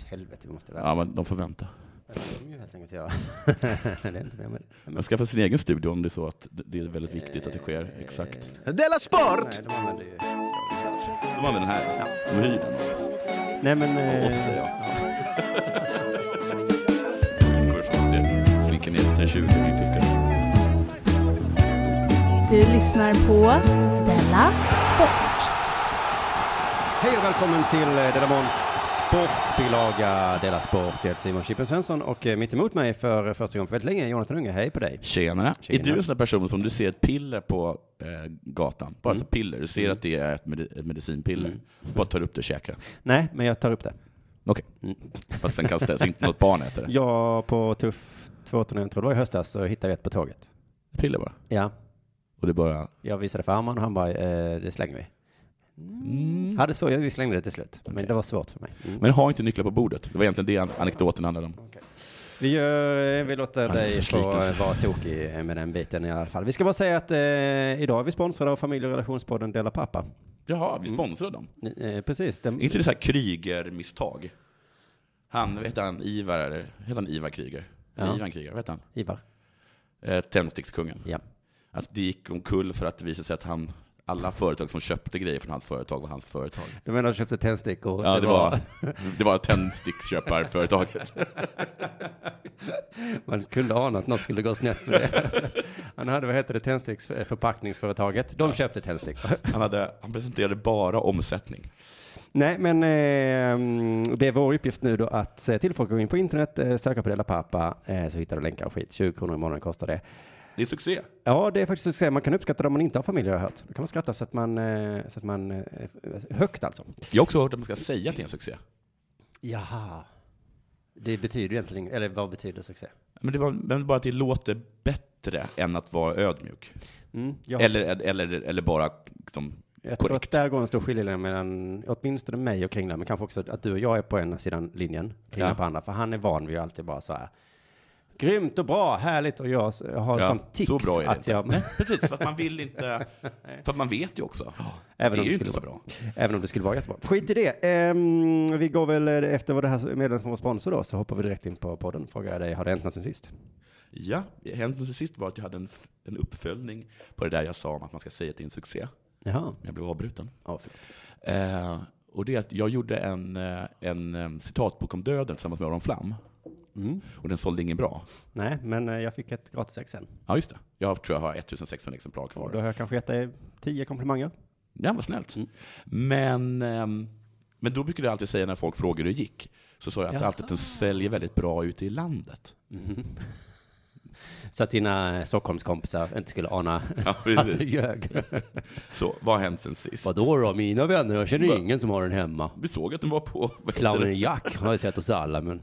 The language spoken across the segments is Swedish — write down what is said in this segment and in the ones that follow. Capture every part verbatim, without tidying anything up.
helvete, vi måste vänta. Ja, men de får vänta. Det är helt enkelt jag. Det är inte med, men... Man ska få sin egen studio om det är så att det är väldigt viktigt att det sker. Exakt. Della Sport! Nej, de använder ju... De använder den här. Ja. De hyr den också. Nej, men... Och oss, ja. Det slinker ner till tjugo i min ficka. Du lyssnar på Della Sport. Hej och välkommen till Della Måns sportbilaga Della Sport. Jag heter Simon Chippen Svensson och mitt emot mig för första gången för väldigt länge Jonathan Unge. Hej på dig. Tjena. Tjena. Är du en sån där person som du ser ett piller på eh, gatan? Bara mm. ett piller. Du ser mm. att det är ett, med- ett medicinpiller. Mm. Bara tar upp det och käkar. Nej, men jag tar upp det. Okej. Okay. Mm. Fast sen kan det inte något barn äter det. Ja, på Tuff två-turnén, tror det var i höstas, så hittade jag ett på tåget. Ett piller bara? Ja. Och det bara... Jag visade för Arman och han bara, eh, det slänger vi. Mm. Hade svårt, vi slängde det till slut. Okay. Men det var svårt för mig. Mm. Men har inte nycklar på bordet. Det var egentligen det anekdoten handlade om. Okay. Vi, gör, vi låter ja, dig få vara tokig med den biten i alla fall. Vi ska bara säga att eh, idag är vi sponsrade av familje- och relationspodden Della Pappa. Jaha, vi sponsrar dem. Mm. Eh, precis. De... Inte det så här Kryger-misstag? Han, vet han, Ivar, eller heter han Ivar Kryger? Ja. Ivan Kryger, vet han? Ivar. Eh, Tändstickskungen. Ja. Att det gick omkull för att det visade sig att han... Alla företag som köpte grejer från hans företag var hans företag. Du menar att köpte tändstickor? Ja, det, det var, var det var tändsticksköparföretaget. Man kunde ana att något skulle gå snett med det. Han hade, vad heter det, tändsticksförpackningsföretaget. De ja. köpte tändstickor. Han, hade, han presenterade bara omsättning. Nej, men eh, det är vår uppgift nu då att säga till folk att gå in på internet, eh, söka på Della Pappa, eh, så hittar du länkar och skit. tjugo kronor i månaden kostar det. Det är succé. Ja, det är faktiskt succé. Man kan uppskatta det om man inte har familj, har jag hört. Då kan man skratta så att man, så att man högt alltså. Jag har också hört att man ska säga till en succé. Jaha. Det betyder egentligen, eller vad betyder succé? Men det var men bara att det låter bättre än att vara ödmjuk. Mm, eller, eller, eller bara liksom, jag korrekt. tror att där går en stor skiljelinje mellan åtminstone mig och Kringla, men kanske också att du och jag är på ena sidan linjen, Kringla ja. på andra. För han är van vid alltid bara så här. Grymt och bra, härligt, och jag har ja, sån tics så bra är det att inte. jag... Nej, precis, för att man vill inte... För att man vet ju också. Även det om är det ju skulle inte så vara bra. Även om det skulle vara jättebra. Skit i det. Um, vi går väl efter vad det här meddelandet från vår sponsor då, så hoppar vi direkt in på podden. Frågar jag dig, har det hänt något sen sist? Ja, det hänt något sen sist var att jag hade en, en uppföljning på det där jag sa om att man ska säga till en succé. Jaha. Jag blev avbruten. Ja, uh, och det är att jag gjorde en, en, en citatbok om döden tillsammans med Aron Flam. Mm. Och den sålde ingen bra. Nej, men jag fick ett gratis ex sen. Ja, just det. Jag tror jag har ettusensexhundra exemplar kvar. Och då har jag kanske gett dig tio komplimanger. Ja, vad snällt. Mm. Men, um, men då brukar jag alltid säga när folk frågar hur det gick, så sa jag att, alltid att den säljer väldigt bra ute i landet. Mm. Så att dina Stockholmskompisar inte skulle ana ja, att du ljög. Så, vad har hänt sen sist? Vadå då, mina vänner? Jag känner Va? ingen som har den hemma. Vi såg att den var på... Clownen Jack har jag sett hos alla, men...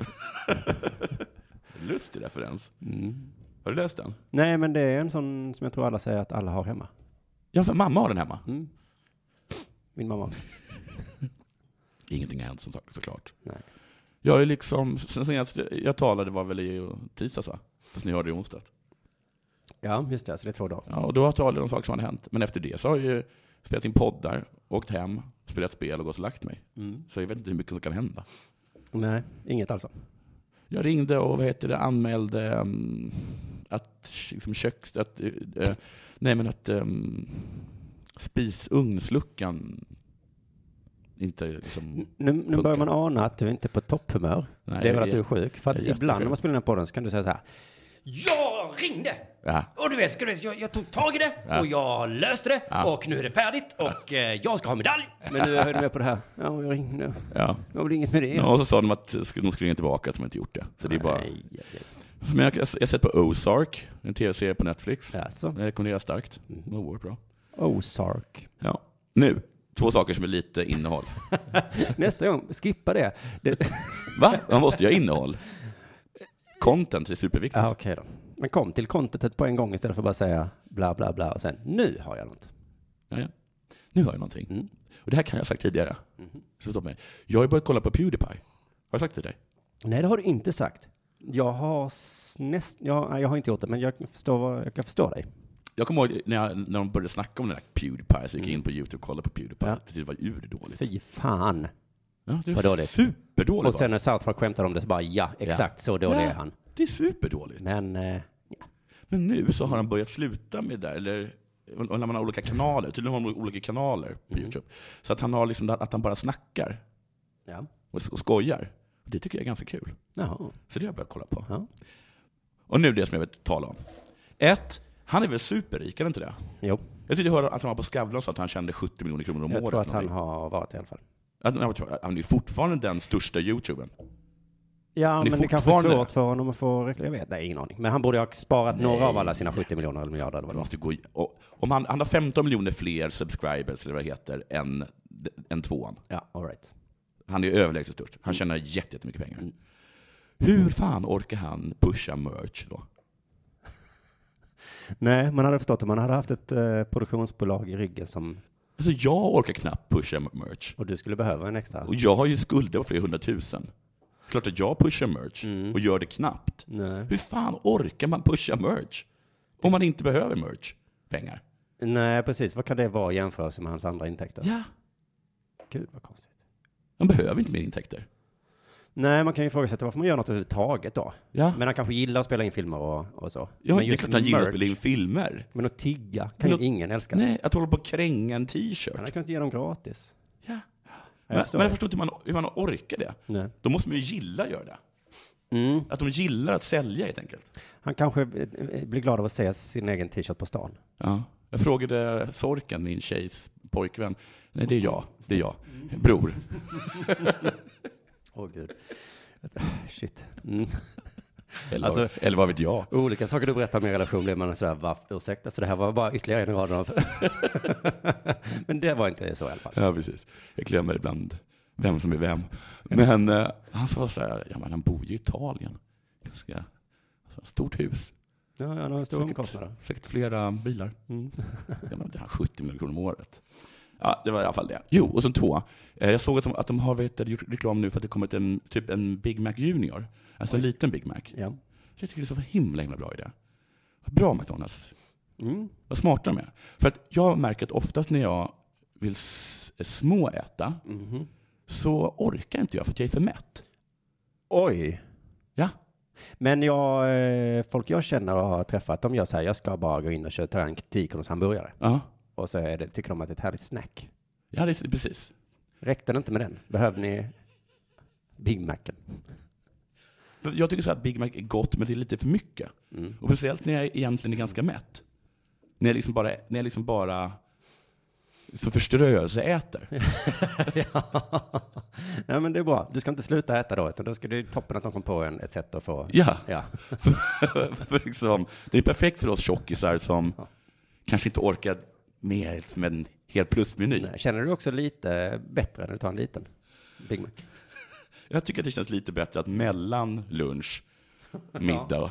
Lustig referens. Mm. Har du läst den? Nej, men det är en sån som jag tror alla säger att alla har hemma. Ja, för mamma har den hemma. Mm. Min mamma. Ingenting har hänt som sagt, såklart. Nej. Jag är liksom... Sen jag, jag talade var väl i tisdags, va? Fast ni hörde i onsdag. Ja, just det. Så det är två dagar. Ja, och då har jag talat om saker som har hänt. Men efter det så har jag ju spelat in poddar, åkt hem, spelat spel och gått och lagt mig. Mm. Så jag vet inte hur mycket som kan hända. Nej, inget alltså. Jag ringde och vad heter det, anmälde um, att liksom köks... Att, uh, nej, men att um, spisugnsluckan inte liksom... Nu, nu börjar man ana att du inte är på topphumör. Nej, det är väl att du är sjuk. För att ibland när man spelar på den så kan du säga så här: jag ringde! Ja. Och du vet, ska du vet jag, jag tog tag i det ja. och jag löste det ja. och nu är det färdigt och ja. eh, jag ska ha medalj. Men nu är du med på det här. Ja, jag ringde. Ja. Det var väl inget med det. Ja, och så sa de att de skulle ringa tillbaka som inte gjort det. Så nej, det är bara... Nej, nej. Men jag, jag, jag sett på Ozark, en tv-serie på Netflix. Alltså. Jag rekommenderar starkt. Mm. Det var oerhört bra. Ozark. Ja. Nu. Två saker som är lite innehåll. Nästa gång, skippa det. det... Va? Man måste ju ha innehåll. Content är superviktigt. Ja, okej okay då. Men kom till contentet på en gång istället för att bara säga bla bla bla och sen, nu har jag något. Ja, ja. Nu har jag någonting. Mm. Och det här kan jag ha sagt tidigare. Mm. Så stopp mig. Jag har ju börjat kolla på PewDiePie. Har jag sagt det till dig? Nej, det har du inte sagt. Jag har näst... jag, jag har inte gjort det, men jag förstår, jag kan förstå dig. Jag kommer ihåg när, jag, när de började snacka om den där PewDiePie, så gick jag in på YouTube och kollade på PewDiePie. Ja. Det var urdåligt. Fy fan. Ja, det är dåligt. Superdåligt. Och sen när South Park skämtar om det så bara, ja, exakt ja. så dålig ja, är han. Det är superdåligt. Men, eh, ja. Men nu så har han börjat sluta med det där, eller och när man har olika kanaler, tydligen har man olika kanaler på mm. YouTube. Så att han har liksom att han bara snackar. Ja. Och, och skojar. Det tycker jag är ganska kul. Jaha. Så det har jag börjat kolla på. Ja. Och nu det som jag vill tala om. Ett, han är väl superrik, är det inte det? Jo. Jag tyckte jag hörde att han var på Skavlan så att han tjänade sjuttio miljoner kronor om jag året. Jag tror att han har varit i alla fall. Han är fortfarande den största YouTubern. Ja, men det kanske är svårt för honom att få... Jag vet, nej, ingen aning. Men han borde ha sparat Nej. några av alla sina sjuttio miljoner eller miljarder. Eller vad det måste gå i, och, om han, han har femton miljoner fler subscribers, eller vad det heter, än, än tvåan. Ja, all right. Han är överlägset störst. Han tjänar jättemycket pengar. Mm. Hur fan orkar han pusha merch då? Nej, man hade förstått att man hade haft ett eh, produktionsbolag i ryggen som... Alltså jag orkar knappt pusha merch. Och du skulle behöva en extra... Och jag har ju skulder på flera hundratusen. Klart att jag pushar merch mm. och gör det knappt. Nej. Hur fan orkar man pusha merch? Om man inte behöver merch. Pengar. Nej, precis. Vad kan det vara i jämförelse med hans andra intäkter? Ja. Gud, vad konstigt. Man behöver inte mer intäkter. Nej, man kan ju ifrågasätta varför man gör något överhuvudtaget då. Ja. Men han kanske gillar att spela in filmer och, och så. Ja, men det är klart han gillar att spela in filmer. Men att tigga kan ju ingen älska. Nej, att hålla på att kränga en t-shirt. Han kan inte ge dem gratis. Ja. Men jag, men jag förstår inte hur man, hur man orkar det. Nej. Då måste man ju gilla att göra det. Mm. Att de gillar att sälja helt enkelt. Han kanske blir glad av att se sin egen t-shirt på stan. Ja. Jag frågade Sorken, min tjejs pojkvän. Nej, det är jag. Det är jag. Bror. Åh oh, gud. Shit. Mm. Eller, alltså, eller vad vet jag? Olika saker du berättar om i relation blir man sådär, va, ursäkta, så det här var bara ytterligare en rad av... Men det var inte så i alla fall. Ja, precis. Jag glömmer ibland vem som är vem. Men uh, han sa så här, ja men han bor ju i Italien. Ganska stort hus. Ja, han har en stor omkostnad. Säkert flera bilar. Mm. Ja, men det har sjuttio miljoner kronor om året. Ja, det var i alla fall det. Jo, och sen två. Jag såg att de, att de har vet, gjort reklam nu för att det kommit en, typ en Big Mac Junior. Alltså Oj. en liten Big Mac. Ja. Jag tycker det är så himla, himla bra idé. Bra McDonald's. Mm. Vad smarta de är. För att jag märker att oftast när jag vill s- små äta mm. så orkar inte jag för att jag är för mätt. Oj. Ja. Men jag, folk jag känner och har träffat, de gör så här, jag ska bara gå in och köra en tio hamburgare. Ja. Och så är det, tycker de att det är ett härligt snack. Ja, det är precis. Räckte det inte med den? Behövde ni Big Macen? Jag tycker så att Big Mac är gott, men det är lite för mycket. Mm. Och speciellt när jag egentligen är ganska mätt. När jag liksom bara, när jag liksom bara så förströelse äter. Ja. Ja, men det är bra. Du ska inte sluta äta då, utan då ska det toppen att de kom på en, ett sätt att få... Ja, ja. för, för liksom, det är perfekt för oss tjockisar som ja. kanske inte orkar med med en hel plusmeny. Nej, känner du också lite bättre när du tar en liten Big Mac? Jag tycker att det känns lite bättre att mellan lunch, middag,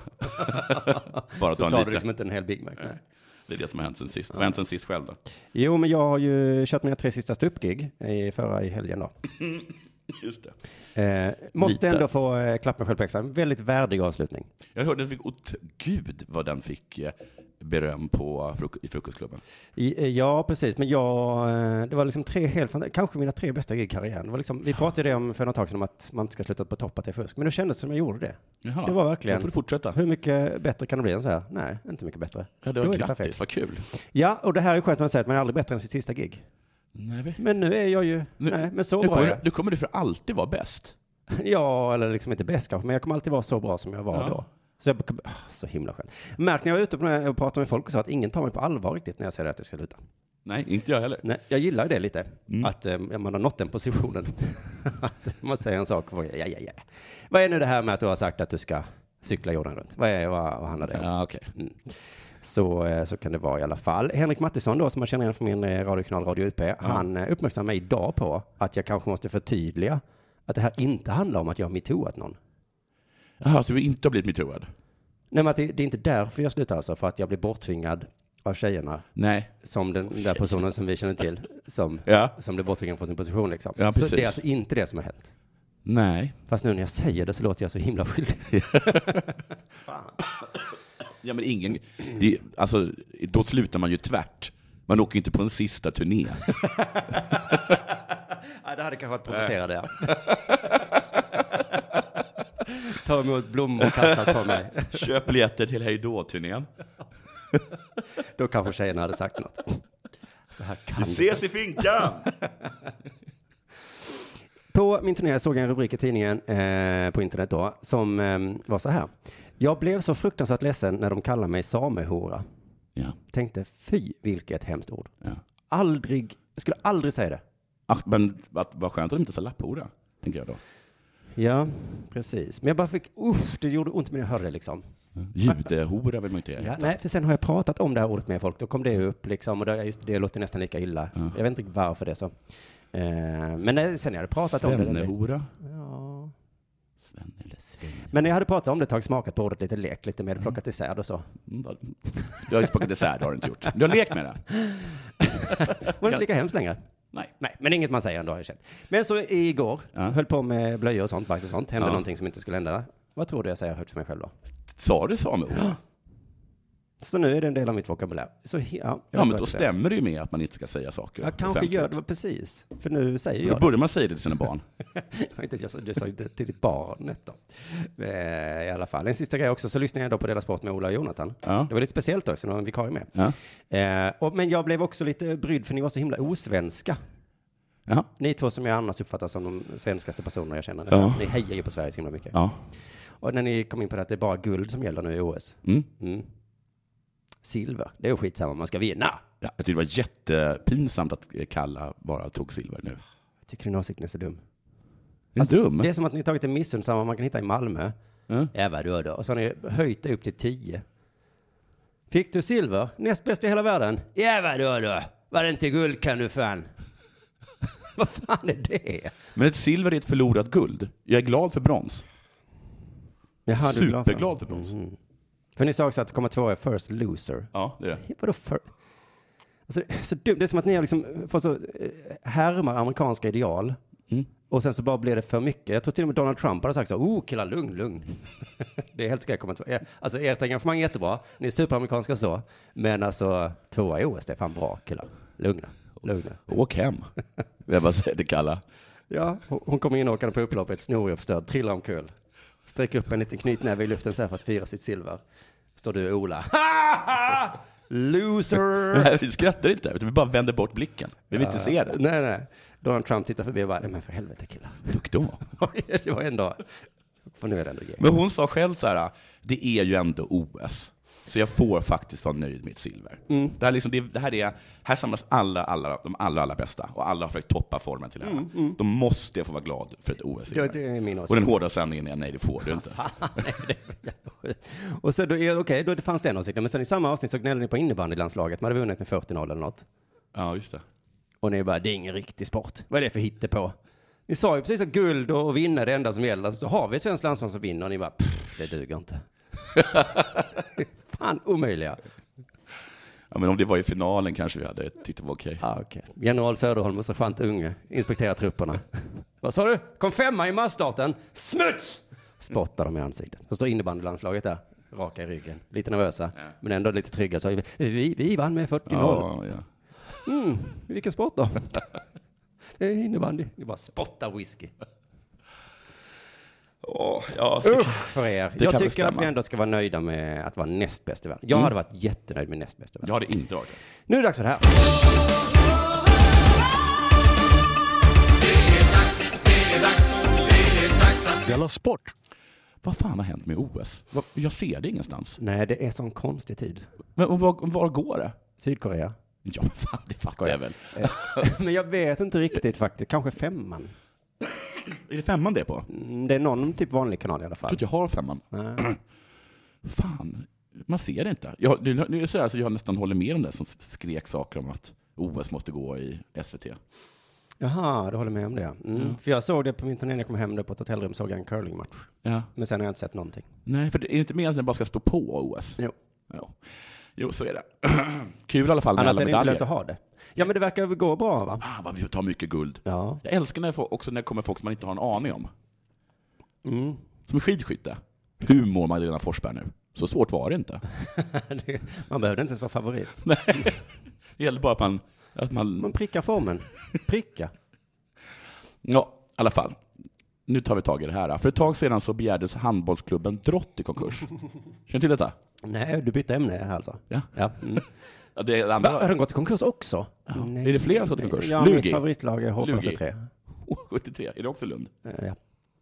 bara så ta en tar liten. du liksom inte en hel Big Mac. Nej. Det är det som har hänt sen sist. Vad har hänt sen sist själv då? Jo, men jag har ju kört mina tre sista ståuppgig i förra i helgen då. Just det. Eh, måste Lite. ändå få eh, klappa mig själv på extra. En väldigt värdig avslutning. Jag hörde att den fick, oh, gud vad den fick eh, beröm på fruk- i frukostklubben. I, eh, ja, precis. Men jag, eh, det var liksom tre helt, kanske mina tre bästa gig i karriären. Det var liksom, vi pratade det om för något tag sedan om att man inte ska sluta på topp, att det är fusk. Men det kändes som jag gjorde det. Jaha, det var verkligen. Får du fortsätta? Hur mycket bättre kan det bli än så här? Nej, inte mycket bättre. Ja, det var grattis, vad kul. Ja, och det här är skönt man säger att man är aldrig bättre än sitt sista gig. Nej, men nu är jag ju, nu, nej, men så nu bra kommer, jag. Du kommer du för alltid vara bäst. Ja, eller liksom inte bäst kanske, men jag kommer alltid vara så bra som jag var ja. då. Så, jag, så himla skönt. Märk när jag är ute och pratar med folk och så att ingen tar mig på allvar riktigt när jag säger att jag ska sluta. Nej, inte jag heller. Nej, jag gillar det lite. Mm. Att eh, man har nått den positionen. Att man säger en sak och ja, ja, ja. Vad är nu det här med att du har sagt att du ska cykla jorden runt? Vad, är, vad, vad handlar det om? Ja, okay. mm. Så, så kan det vara i alla fall. Henrik Mattisson då, som man känner igen från min radiokanal Radio U P, ja. han uppmärksammar mig idag på att jag kanske måste förtydliga att det här inte handlar om att jag har metooat någon. Jaha, så du inte har blivit metooad? Nej, men att det, det är inte därför jag slutar alltså, för att jag blir borttvingad av tjejerna. Nej. Som den där personen som vi känner till, som, ja. som blir borttvingad från sin position liksom. Ja, så det är alltså inte det som har hänt. Nej. Fast nu när jag säger det så låter jag så himla skyldig. Fan. Ja, men ingen, det, alltså, då slutar man ju tvärt. Man åker inte på en sista turné. Ja, det hade kanske varit provocerande, ja. Ta emot blommor och kastat på mig. Köp biljetter till Hej då-turnén. Då kanske tjejerna hade sagt något. Så här kan vi ses i finkan! På min turné såg jag en rubrik i tidningen eh, på internet då, som eh, var så här. Jag blev så fruktansvärt ledsen när de kallade mig samehora. Ja. Tänkte, fy, vilket hemskt ord. Ja. Aldrig, jag skulle aldrig säga det. Ach, men vad skönt att de inte sa lapphora, tänker jag då. Ja, precis. Men jag bara fick, usch, det gjorde ont när jag hörde det liksom. Judehora vill man inte ja, nej, för sen har jag pratat om det här ordet med folk. Då kom det upp liksom, och det, just det låter nästan lika illa. Ja. Jag vet inte varför det är så. Eh, men sen jag hade pratat om det. Svennehora? Ja. Sven eller Sven. Men när jag hade pratat om det, tagit smakat på ordet lite lek, lite mer plockat isär och så. Du har inte plockat isär, det har du inte gjort. Du har lekt med det. Var det inte lika hemskt längre? Nej. Nej, men inget man säger ändå har jag känt. Men så igår, ja. höll på med blöjor och sånt, bajs och sånt, hände ja. någonting som inte skulle hända. Vad tror du jag säger högt för mig själv då? Sa du sameord? Ja. Så nu är det en del av mitt vokabulär. Så, ja, ja, men då stämmer det ju med att man inte ska säga saker. Jag kanske offentligt. Gör det precis. För nu säger för då jag börjar man säga det till sina barn. inte, jag sa, du sa inte till ditt barnet då. I alla fall. En sista grej också, så lyssnade jag då på Dela Sport med Ola och Jonathan. Ja. Det var lite speciellt också, när vi vikarie med. Ja. Eh, och, men jag blev också lite brydd för ni var så himla osvenska. Ja. Ni två som jag annars uppfattar som de svenskaste personerna jag känner. Ja. Ni hejar ju på Sverige så himla mycket. Ja. Och när ni kom in på det att det är bara guld som gäller nu i O S. Mm. Mm. Silver, det är ju skitsamma, man ska vinna. Ja, jag tycker det var jättepinsamt att Kalla bara tog silver nu. Jag tycker din åsikt är så dum. Är alltså, dum? Det är som att ni har tagit en missunsamma man kan hitta i Malmö. Mm. Ja, vad då då? Och så har ni höjt det upp till tio. Fick du silver? Näst bäst i hela världen? Ja, vad då då? Var det inte guld kan du fan? Vad fan är det? Men ett silver är ett förlorat guld. Jag är glad för brons. Jaha, du är glad Superglad för, för brons. Mm. För ni sa också att komma två är first loser. Ja, det är det. Vadå för? Alltså, så dumt. Det är som att ni har liksom fått så härmar amerikanska ideal. Mm. Och sen så bara blir det för mycket. Jag tror till och med Donald Trump hade sagt så. Oh, killar, lugn, lugn. Det är helt skräck. Alltså, ert engagemang är jättebra. Ni är superamerikanska och så. Men alltså, tvåa i O S, det är fan bra, killar. Lugna, lugna. Åk hem. Jag bara säger till Kalla. Ja, hon kommer in och åkande på upploppet, snorig och förstörd, trillar omkull. Sträcker upp en liten knytnäve i luften så här för att fira sitt silver. Står du och Ola. Loser! Nej, vi skrattar inte, vi bara vänder bort blicken. Vi vill ja, inte se det. Nej, nej. Donald Trump tittar förbi och bara, men för helvete killar. Duck då. Det var ändå, för nu är det ändå grej. Men hon sa själv så här, det är ju ändå O S. Så jag får faktiskt vara nöjd med ett silver. Mm. Det, här liksom, det, det här är, här samlas alla, alla, de allra, allra bästa. Och alla har försökt toppa formen till det här. Mm, mm. Då måste jag få vara glad för ett O S-silver. Ja, det är min åsikt. Och den hårda sanningen är, nej det får du inte. nej, det är och så då, okej, okay, då fanns det en åsikt. Men sen i samma avsnitt så gnällde ni på innebandylandslaget. Man hade vunnit med fyrtio noll eller något. Ja, just det. Och ni bara, det är ingen riktig sport. Vad är det för hittepå? Ni sa ju precis att guld och vinna det enda som gäller. Så har vi ett svenskt landslag som vinner och ni bara, det duger inte. Fan, omöjliga. Ja, men om det var i finalen kanske vi hade tyckt det var okej. Okay. Ah, okay. General Söderholm och sergeant Unge inspekterar trupperna. Vad sa du? Kom femma i massstarten. Smuts! Spottar de i ansiktet. Så står innebandylandslaget där, raka i ryggen. Lite nervösa, ja. Men ändå lite trygga. Så vi, vi vann med fyrtio noll. Ja, ja. Mm, vilken sport då? Det är innebandy. Ni bara spottar whisky. Oh, ja, Usch för er. Jag tycker bestämma. Att vi ändå ska vara nöjda med att vara näst bäst i världen. Jag mm. hade varit jättenöjd med näst bäst i världen. Jag hade inte varit det. Nu är det dags för det här. Det är dags, det är dags, det är dags att Dela Sport. Vad fan har hänt med O S? Jag ser det ingenstans. Nej, det är sån konstig tid. Men och var, var går det? Sydkorea. Ja, men fan, det fattar jag väl. Men jag vet inte riktigt faktiskt. Kanske femman. Är det femman det på? Det är någon typ vanlig kanal i alla fall. Jag tror att jag har femman. Nej. Fan, man ser det inte. Jag, nu är det så här, så jag nästan håller med om det som skrek saker om att O S måste gå i S V T. Jaha, du håller med om det. Mm. Mm. För jag såg det på min turné när jag kom hem där på ett hotellrum, såg jag en curlingmatch. Ja. Men sen har jag inte sett någonting. Nej, för det är inte mer att det bara ska stå på O S. Jo. Jo, jo så är det. Kul i alla fall med annars alla medaljer. Annars är det inte lönt att ha det. Ja, men det verkar gå bra, va? Ah, vad vi tar mycket guld. Ja. Jag älskar när det får, också när det kommer folk som man inte har en aning om. Mm. Som skidskytte. Hur mår Magdalena Forsberg nu? Så svårt var det inte. Man behövde inte ens vara favorit. Nej, det gäller bara att man... Att man... man prickar formen. Pricka. Ja, i alla fall. Nu tar vi tag i det här. För ett tag sedan så begärdes handbollsklubben Drott i konkurs. Känner du till detta? Nej, du bytte ämne här alltså. Ja. Ja. Mm. Ja, det är andra... Har den gått i konkurs också? Ja. Är det fler som gått i konkurs? Ja, Lugi. mitt favoritlag är H fyrtiotre. H sjuttiotre, är det också Lund? Ja.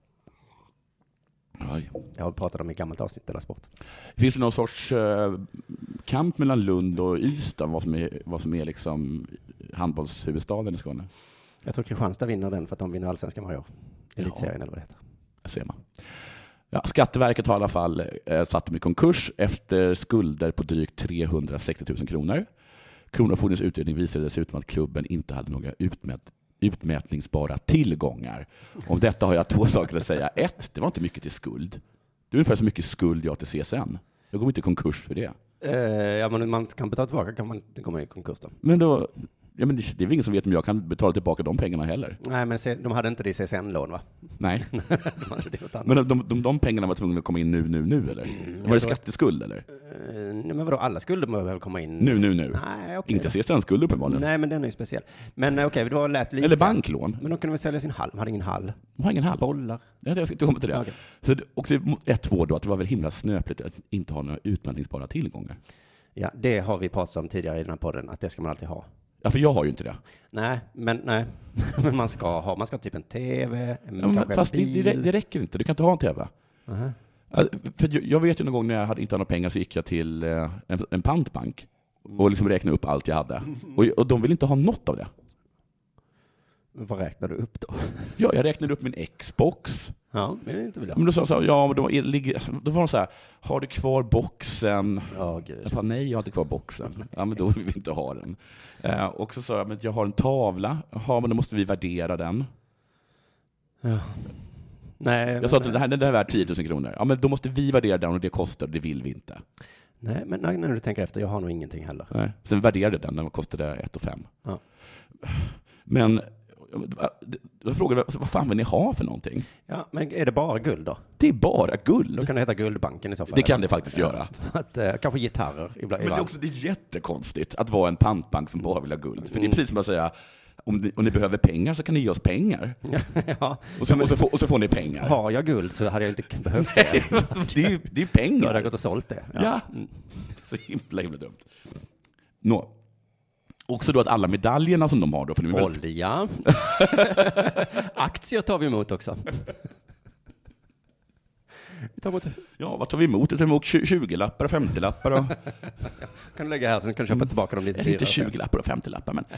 Aj. Jag har pratat om i gammalt avsnitt eller sport. Finns det någon sorts uh, kamp mellan Lund och Ystad vad som är, vad som är liksom handbollshuvudstaden i Skåne? Jag tror Kristianstad vinner den för att de vinner allsvenskan varje år. Elitserien eller vad det heter. Det ser man. Ja, Skatteverket har i alla fall eh, satt dem i konkurs efter skulder på drygt trehundrasextio tusen kronor. Kronofogdens utredning visade dessutom att klubben inte hade några utmät, utmätningsbara tillgångar. Om detta har jag två saker att säga. Ett, det var inte mycket till skuld. Det är ungefär så mycket skuld jag till C S N. Jag går inte i konkurs för det. Uh, ja, men man kan betala tillbaka kan man inte komma i konkurs då. Men då... Ja, men det är väl ingen som vet om jag kan betala tillbaka de pengarna heller. Nej, men de hade inte det i C S N-lån, va? Nej. de hade det men de, de, de pengarna var tvungna att komma in nu, nu, nu, eller? Mm, var det skatteskuld, eller? Uh, nej, men vadå? Alla skulder behöver väl komma in? Nu, nu, nu. Nej, okay. Inte C S N-skulder uppenbarligen. Nej, men den är ju speciell. Men okej, okay, det var lätt lika. Eller banklån. Men de kunde väl sälja sin hall? De hade ingen hall. De har ingen hall. Bollar. Ja, jag ska inte komma till det. Okay. Så det, också ett, två då, att det var väl himla snöpligt att inte ha några utmätningsbara tillgångar. Ja, det har vi pratat om tidigare i den här podden, att det ska man alltid ha. Ja, för jag har ju inte det. Nej, men nej. men man ska ha, man ska ha typ en tv, en, ja, men, fast en bil. Det, det räcker inte, du kan inte ha en tv. Uh-huh. För jag vet ju någon gång när jag hade inte hade några pengar så gick jag till en, en pantbank och liksom räknade upp allt jag hade. Och, och de vill inte ha något av det. Men vad räknade du upp då? Ja, jag räknade upp min Xbox. Ja, men det inte vill jag. Men då sa jag så här, ja, men då, ligger, då var de så här, har du kvar boxen? Ja, gud. Jag sa, nej, jag har inte kvar boxen. Ja, men då vill vi inte ha den. Eh, och så sa jag, men jag har en tavla. Ja, men då måste vi värdera den. Ja. Nej, jag sa att den här, den här är värd tio tusen kronor. Ja, men då måste vi värdera den och det kostar, det vill vi inte. Nej, men när, när du tänker efter, jag har nog ingenting heller. Nej. Sen värderade den, den kostade ett och fem. Ja. Men jag frågade, vad fan vill ni ha för någonting? Ja, men är det bara guld då? Det är bara guld. Då kan det heta Guldbanken i så fall. Det kan det faktiskt ja. göra. Att, eh, kanske gitarrer ibland. Men det är också det är jättekonstigt att vara en pantbank som bara vill ha guld. För det är precis som att säga, om ni, om ni behöver pengar så kan ni ge oss pengar. ja. och, så, och, så får, och så får ni pengar. Har jag guld så hade jag inte behövt det. det, är, det är pengar. Då hade jag gått och sålt det. Ja. ja. Mm. Så himla, himla dumt. Nå. Också då att alla medaljerna som de har då. För de är väldigt... Olja. Aktier tar vi emot också. Vi tar emot... Ja, vad tar vi emot? Vi tar emot tjugo-lappar och femtio-lappar. Och... kan du lägga här så kan du köpa tillbaka dem lite dyrare. Inte tjugo-lappar och femtio-lappar, men...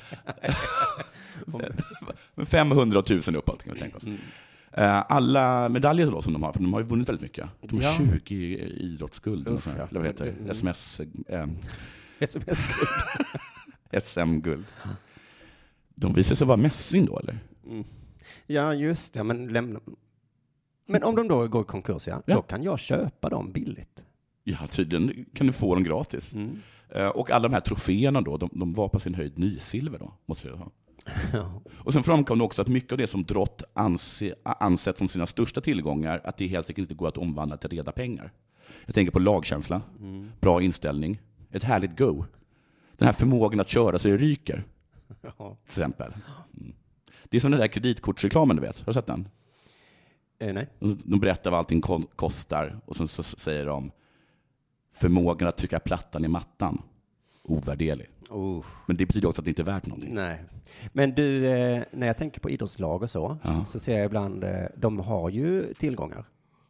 men femhundra tusen uppåt kan vi tänka oss. Mm. Alla medaljer då som de har, för de har ju vunnit väldigt mycket. De har ja. tjugo idrottsguld. Uff, ja. Eller vad heter det? S M S... Äh... S M S-guld. S M-guld. De visar sig vara Messing då, eller? Mm. Ja, just det. Men, lämna... men om de då går i konkurs, ja, ja. då kan jag köpa dem billigt. Ja, tydligen kan du få dem gratis. Mm. Uh, och alla de här troféerna då, de, de var på sin höjd nysilver då, måste jag ha. Ja. Och sen framkom det också att mycket av det som Drott anse, ansett som sina största tillgångar, att det helt enkelt inte går att omvandla till reda pengar. Jag tänker på lagkänsla, mm. bra inställning, ett härligt go. Den här förmågan att köra så det ryker. Ja. Till exempel. Mm. Det är som den där kreditkortsreklamen, du vet. Har du sett den? Eh, nej. De berättar vad allting kostar. Och sen så säger de förmågan att trycka plattan i mattan. Ovärderlig. Oh. Men det betyder också att det inte är värt någonting. Nej. Men du, eh, när jag tänker på idrottslag och så, ja. så ser jag ibland, eh, de har ju tillgångar.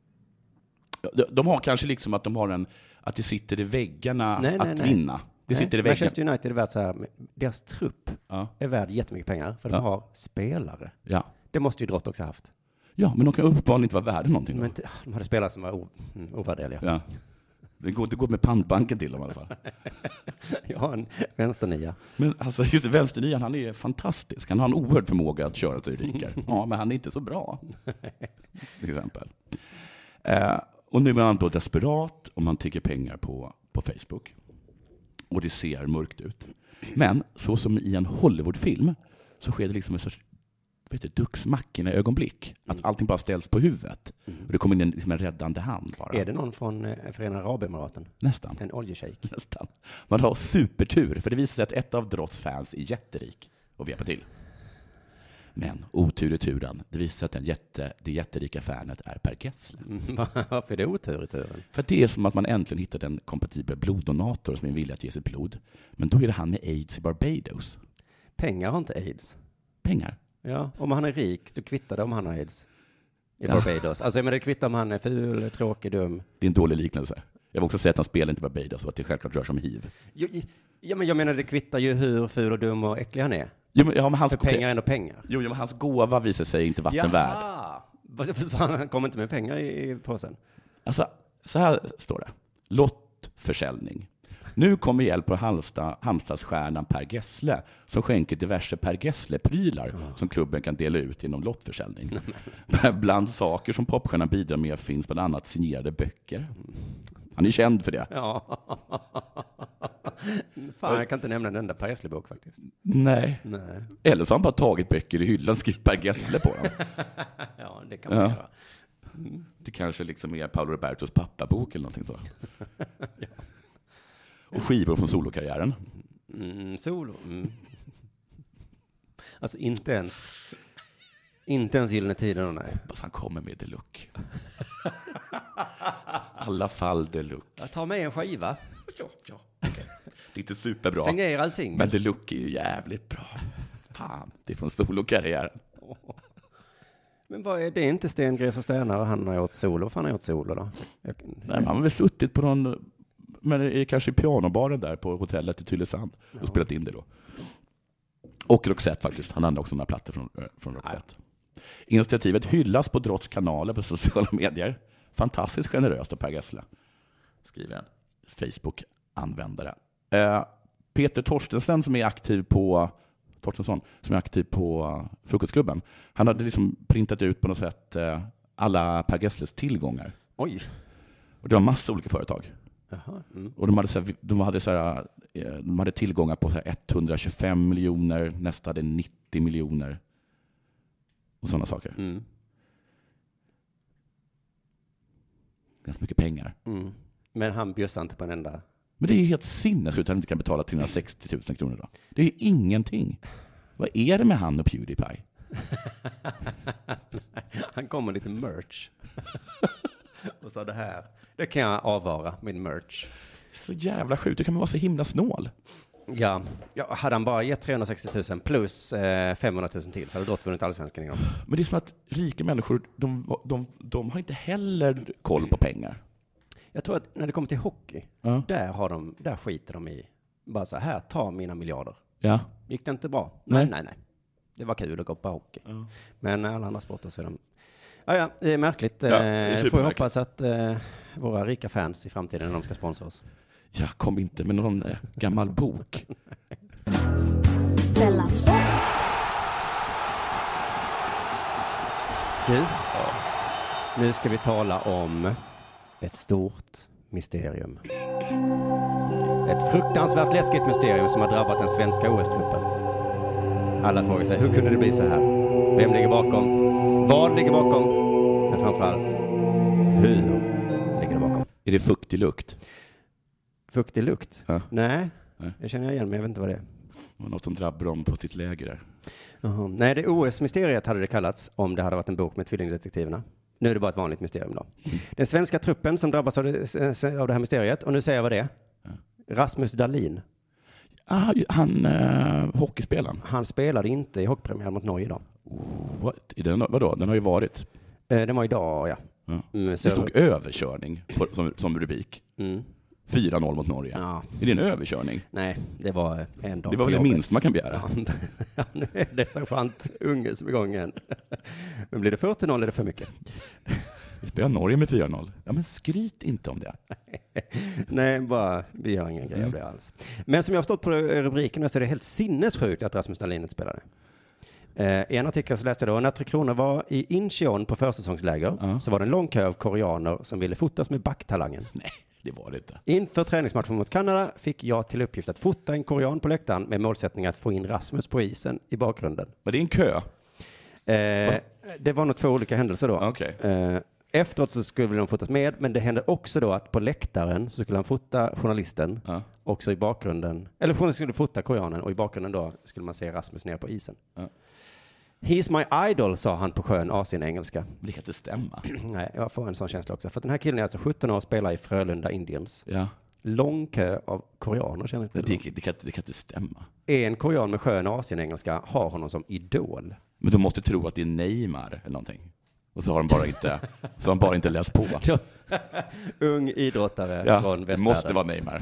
De, de har kanske liksom att de har en, att det sitter i väggarna nej, att nej, nej. vinna. Det sitter i väggen. Manchester United är värt så här, deras trupp ja. är värd jättemycket pengar för ja. de har spelare. Ja. Det måste ju Drott också ha haft. Ja, men de kan uppenbarligen inte vara värda någonting. Men inte, de hade spelare som var o, ovärdeliga. Ja. Det går inte gå med pantbanken till dem i alla fall. Jag har en vänsternia. Men alltså just vänsternian, han är fantastisk. Han har en oerhörd förmåga att köra till rikar. Ja, men han är inte så bra. Till exempel. Eh, och nu är han då desperat och man tigger pengar på, på Facebook. Och det ser mörkt ut. Men så som i en Hollywoodfilm så sker det liksom en sorts vet du, duxmacken i ögonblick. Att mm. allting bara ställs på huvudet. Mm. Och det kommer in en, liksom en räddande hand bara. Är det någon från eh, Förenade Arabemiraten? Nästan. En oljeshejk? Nästan. Man har supertur. För det visar sig att ett av Drotts fans är jätterik. Och vi hjälper till. Men otur i turen, det visar sig att den jätte, det jätterika fanet är Per Gessle. Mm, varför är det otur i turen? För det är som att man äntligen hittar en kompatibel bloddonator som är villig att ge sitt blod. Men då är det han med AIDS i Barbados. Pengar har inte AIDS. Pengar? Ja, om han är rik, då kvittar det om han har AIDS i Barbados. Ja. Alltså, men det kvittar om han är ful, tråkig, dum. Det är en dålig liknelse. Jag vill också säga att han spelar inte Barbados och att det självklart rör sig om hiv. Jo, ja, men jag menar, det kvittar ju hur ful och dum och äcklig han är. Jo, men, ja, men hans, För pengar är ändå pengar. Jo, men hans gåva visar sig inte vatten värd. Så han kommer inte med pengar i, i påsen? Alltså, så här står det. Lottförsäljning. Nu kommer hjälp på Halmstad, Halmstadsstjärnan Per Gessle som skänker diverse Per Gessle-prylar mm. som klubben kan dela ut genom lottförsäljning. Mm. Bland saker som popstjärnan bidrar med finns bland annat signerade böcker. Mm. Han är känd för det. Ja. Fan, jag kan inte nämna en enda Per Gessle-bok faktiskt. Nej. Nej. Eller så har han bara tagit böcker i hyllan och skrivit Per Gessle på dem. Ja, det kan man ja. göra. Mm. Det kanske liksom är Paolo Robertos pappabok eller någonting så. Ja. Och skivor från solokarriären. Mm, solo. Mm. Alltså inte ens inte ens Gyllene Tider, nej. Hoppas han kommer med Deluxe. Alla fall Deluxe. Jag tar med en skiva. Ja, ja. Okay. Det är inte superbra. Signerad singel. Men Deluxe är ju jävligt bra. Fan, det är från solokarriären. Oh. Men vad är det? Inte Sten Gräs och Stenar och han har gjort solo? Vad fan har gjort solo då? Jag... Nej, man har väl suttit på någon... Men det är kanske i pianobaren där på hotellet i Tylösand och ja. spelat in det då. Och Roxette faktiskt. Han hade också några plattor från, från Roxette. Ja. Initiativet hyllas på Drotts kanaler på sociala medier. Fantastiskt generöst av Per Gessle, skriver en Facebook-användare. Eh, Peter Torstensen som är aktiv på Torstensson som är aktiv på Frukostklubben. Han hade liksom printat ut på något sätt eh, alla Per Gessles tillgångar. Oj. Och det var massa olika företag. Jaha, mm. Och de hade, så här, de, hade så här, de hade tillgångar på så här etthundratjugofem miljoner, nästa hade nittio miljoner och sådana saker. Mm. Ganska mycket pengar. Mm. Men han bjössar inte på en enda. Men det är ju helt sinnessjukt att han inte kan betala trehundrasextio tusen kronor då. Det är ju ingenting. Vad är det med han och PewDiePie? Han kommer lite merch. Och så det här. Det kan jag avvara, min merch. Så jävla sjukt. Du kan man vara så himla snål. Ja, ja hade han bara gett trehundrasextio tusen plus eh, femhundratusen till så hade Drott vunnit allsvenskan inom. Men det är som att rika människor, de, de, de har inte heller koll på pengar. Jag tror att när det kommer till hockey, ja. där, har de, där skiter de i. Bara så här, ta mina miljarder. Ja. Gick det inte bra? Nej, nej, nej. nej. Det var kul att gå på hockey. Ja. Men alla andra sporter så är de... Ja, ja, det är märkligt. Ja, det är får jag hoppas att eh, våra rika fans i framtiden när de ska sponsra oss. Ja, kom inte med någon eh, gammal bok. Della Sport. Du, ja. Nu ska vi tala om ett stort mysterium. Ett fruktansvärt läskigt mysterium som har drabbat den svenska O S-truppen. Alla frågar sig, hur kunde det bli så här? Vem ligger bakom? Vad ligger bakom? Men framförallt, hur ligger det bakom? Är det fuktig lukt? Fuktig lukt? Ja. Nej, Nej, jag känner igen men jag vet inte vad det är. Det var något som drabbar dem på sitt läger där. Uh-huh. Nej, det O S-mysteriet hade det kallats om det hade varit en bok med tvillingdetektiverna. Nu är det bara ett vanligt mysterium då. Mm. Den svenska truppen som drabbas av det, av det här mysteriet, och nu säger jag vad det är. Ja. Rasmus Dahlin. Ah, han, eh, hockeyspelaren. Han spelade inte i hockeypremiären mot Norge idag. Oh, what? I den, vadå? Den har ju varit. Eh, den var idag, ja. ja. Mm, så... Det stod överkörning på, som, som rubrik. Mm. fyra noll mot Norge. Ja. Är det en överkörning? Nej, det var en dag. Det var väl det minst man kan begära. Ja, nu är det sergeant Unge som är igång igen. Men blir det fyrtio noll är det för mycket. Vi spelar Norge med fyra noll. Ja, men skryt inte om det. Nej, bara vi gör ingen grej av det alls. Men som jag har förstått på rubriken så är det helt sinnessjukt att Rasmus Dahlin inte spelade. Eh, I en artikel så läste jag då, när Tre Kronor var i Incheon på försäsongsläger uh-huh. så var det en lång kö av koreaner som ville fotas med backtalangen. Nej, det var det inte. Inför träningsmatchen mot Kanada fick jag till uppgift att fota en korean på läktaren med målsättning att få in Rasmus på isen i bakgrunden. Men det är en kö? Eh, det var nog två olika händelser då. Okay. Eh, efteråt så skulle de fotas med, men det hände också då att på läktaren så skulle han fota journalisten uh. också i bakgrunden. Eller journalisten skulle fota koreanen och i bakgrunden då skulle man se Rasmus ner på isen. Uh. He's my idol, sa han på sjön Asien-engelska. Det kan inte stämma. Nej, jag får en sån känsla också. För den här killen är alltså sjutton år och spelar i Frölunda Indians. Ja. Lång kö av koreaner, känner inte det, det, det, kan, det kan inte stämma. En korean med skön Asien-engelska har honom som idol. Men du måste tro att det är Neymar eller någonting. Och så har de bara inte, så har de bara inte läst på. Ung idrottare ja, från västvärlden. Det måste vara Neymar.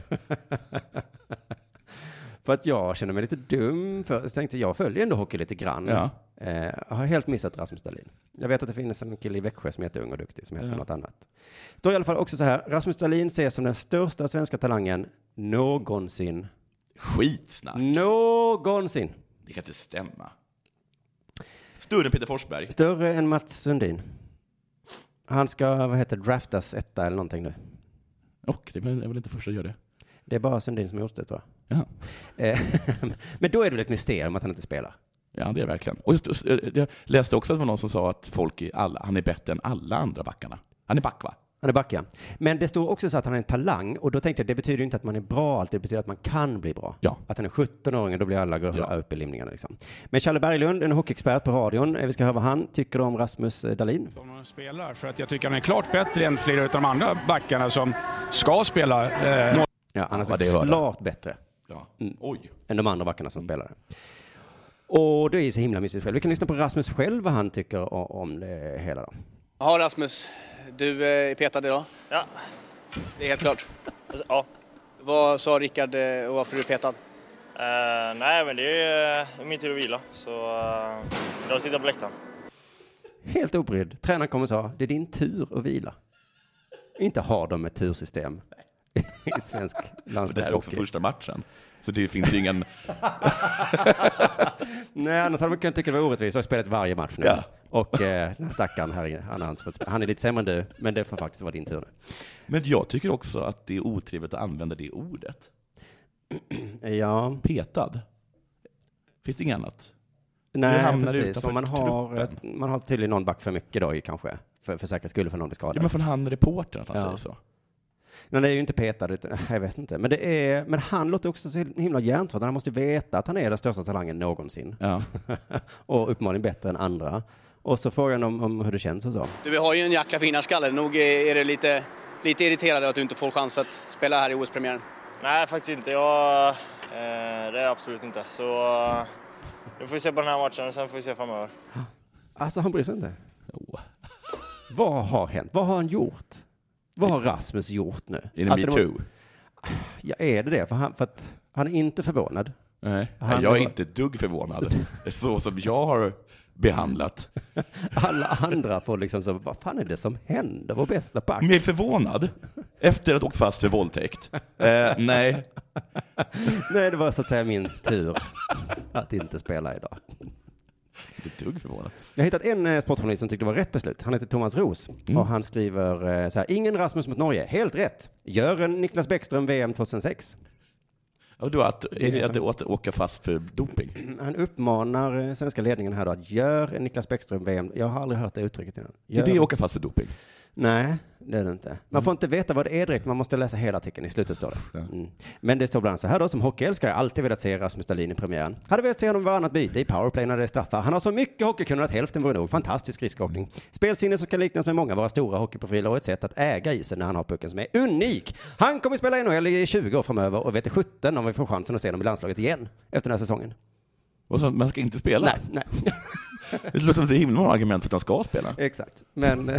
För att jag känner mig lite dum. För jag tänkte, jag följer ändå hockey lite grann. Ja. Eh, jag har helt missat Rasmus Dahlin. Jag vet att det finns en kille i Växjö som heter ung och duktig, som heter ja. något annat. Det står i alla fall också så här. Rasmus Dahlin ses som den största svenska talangen någonsin. Skitsnack. Någonsin. Det kan inte stämma. Större än Peter Forsberg. Större än Mats Sundin. Han ska, vad heter draftas etta eller någonting nu. Och det är väl, är väl inte första att göra det. Det är bara Sundin som har gjort det, tror jag. Ja. Men då är det väl ett mysterium att han inte spelar. Ja, det är verkligen. Och just, jag läste också att det var någon som sa att folk är alla, han är bättre än alla andra backarna. Han är back, va? Han är back, ja. Men det står också så att han är en talang. Och då tänkte jag, det betyder ju inte att man är bra alltid. Det betyder att man kan bli bra. Ja. Att han är sjutton-åring och då blir alla går ja. upp i limningarna. Liksom. Men Challe Berglund, en hockeyexpert på radion. Vi ska höra vad han tycker om Rasmus Dahlin. De spelar, för att jag tycker han är klart bättre än flera av de andra backarna som ska spela. Eh, ja, han är så ja, klart bättre. Ja. Mm. Oj. Än de andra backarna som spelar. Och det är ju så himla mysigt själv. Vi kan lyssna på Rasmus själv vad han tycker om det hela då. Ja, Rasmus, du är petad idag. Ja. Det är helt klart. Alltså, ja. Vad sa Rickard och varför är du petad? Uh, nej, men det är min tid att vila. Så uh, jag sitter på läktaren. Helt obrydd. Tränaren kommer och sa, det är din tur att vila. Inte har de ett tursystem i svensk landslagshockey. Det är också första matchen. Så det finns ju ingen... Nej, annars hade man kunnat tycka det var orättvist. Jag har spelat varje match nu. Ja. Och eh, den här stackaren här, han, han är lite sämre än du, men det får faktiskt vara din tur nu. Men jag tycker också att det är otrevligt att använda det ordet. Ja. Petad. Finns det inget annat? Nej, precis. För man, har, man har tydligen någon back för mycket då kanske. För, för säkerhets skull för någon blir skadad. Ja, men från han reportern att han ja. säger så. Nej, det är ju inte petad, utan, jag vet inte. Men, det är, men han låter också så himla hjärntvätt. Han måste veta att han är den största talangen någonsin. Ja. Och uppenbarligen bättre än andra. Och så frågan om, om hur det känns och så. Du har ju en jacka vinnarskalle. Nog är det lite, lite irriterande att du inte får chans att spela här i O S-premiären. Nej, faktiskt inte. Jag, eh, det är absolut inte. Så eh, nu får vi se på den här matchen och sen får vi se framöver. Alltså, han bryr sig inte. Oh. Vad har hänt? Vad har han gjort? Vad har Rasmus gjort nu? Är det alltså, me too? Ja, är det det? För, han, för att han är inte förvånad. Nej, han jag är inte ett dugg förvånad. Så som jag har behandlat. Alla andra får liksom så, vad fan är det som händer? Vår bästa pack. Men förvånad? Efter att ha åkt fast för våldtäkt? Eh, nej. Nej, det var så att säga min tur att inte spela idag. Inte dugg förvånad. Jag har hittat en eh, sportjournalist som tyckte det var rätt beslut. Han heter Thomas Ros. Mm. Och han skriver eh, så här. Ingen Rasmus mot Norge. Helt rätt. Gör en Niklas Bäckström V M tjugohundrasex. Ja, du att, är det att, att åka fast för doping? Han uppmanar eh, svenska ledningen här då att gör en Niklas Bäckström V M. Jag har aldrig hört det uttrycket innan. Gör... Är det åka fast för doping? Nej, det är det inte. Man får inte veta vad det är direkt, man måste läsa hela artikeln. I slutet står det. Mm. Men det står bland annat så här då, som hockeyälskare har jag alltid velat se Rasmus Dahlin i premiären. Hade velat se honom varannat byte i powerplay när det är straffar. Han har så mycket hockeykunnande att hälften vore nog. Fantastisk skridskoåkning. Spelsinne som kan liknas med många av våra stora hockeyprofiler och ett sätt att äga isen när han har pucken som är unik. Han kommer spela i N H L i tjugo år framöver och vet sjutton om vi får chansen att se honom i landslaget igen efter den här säsongen. Och så man ska inte spela? Nej, nej. Det låter som så himla många argument för att han ska spela. Exakt, men...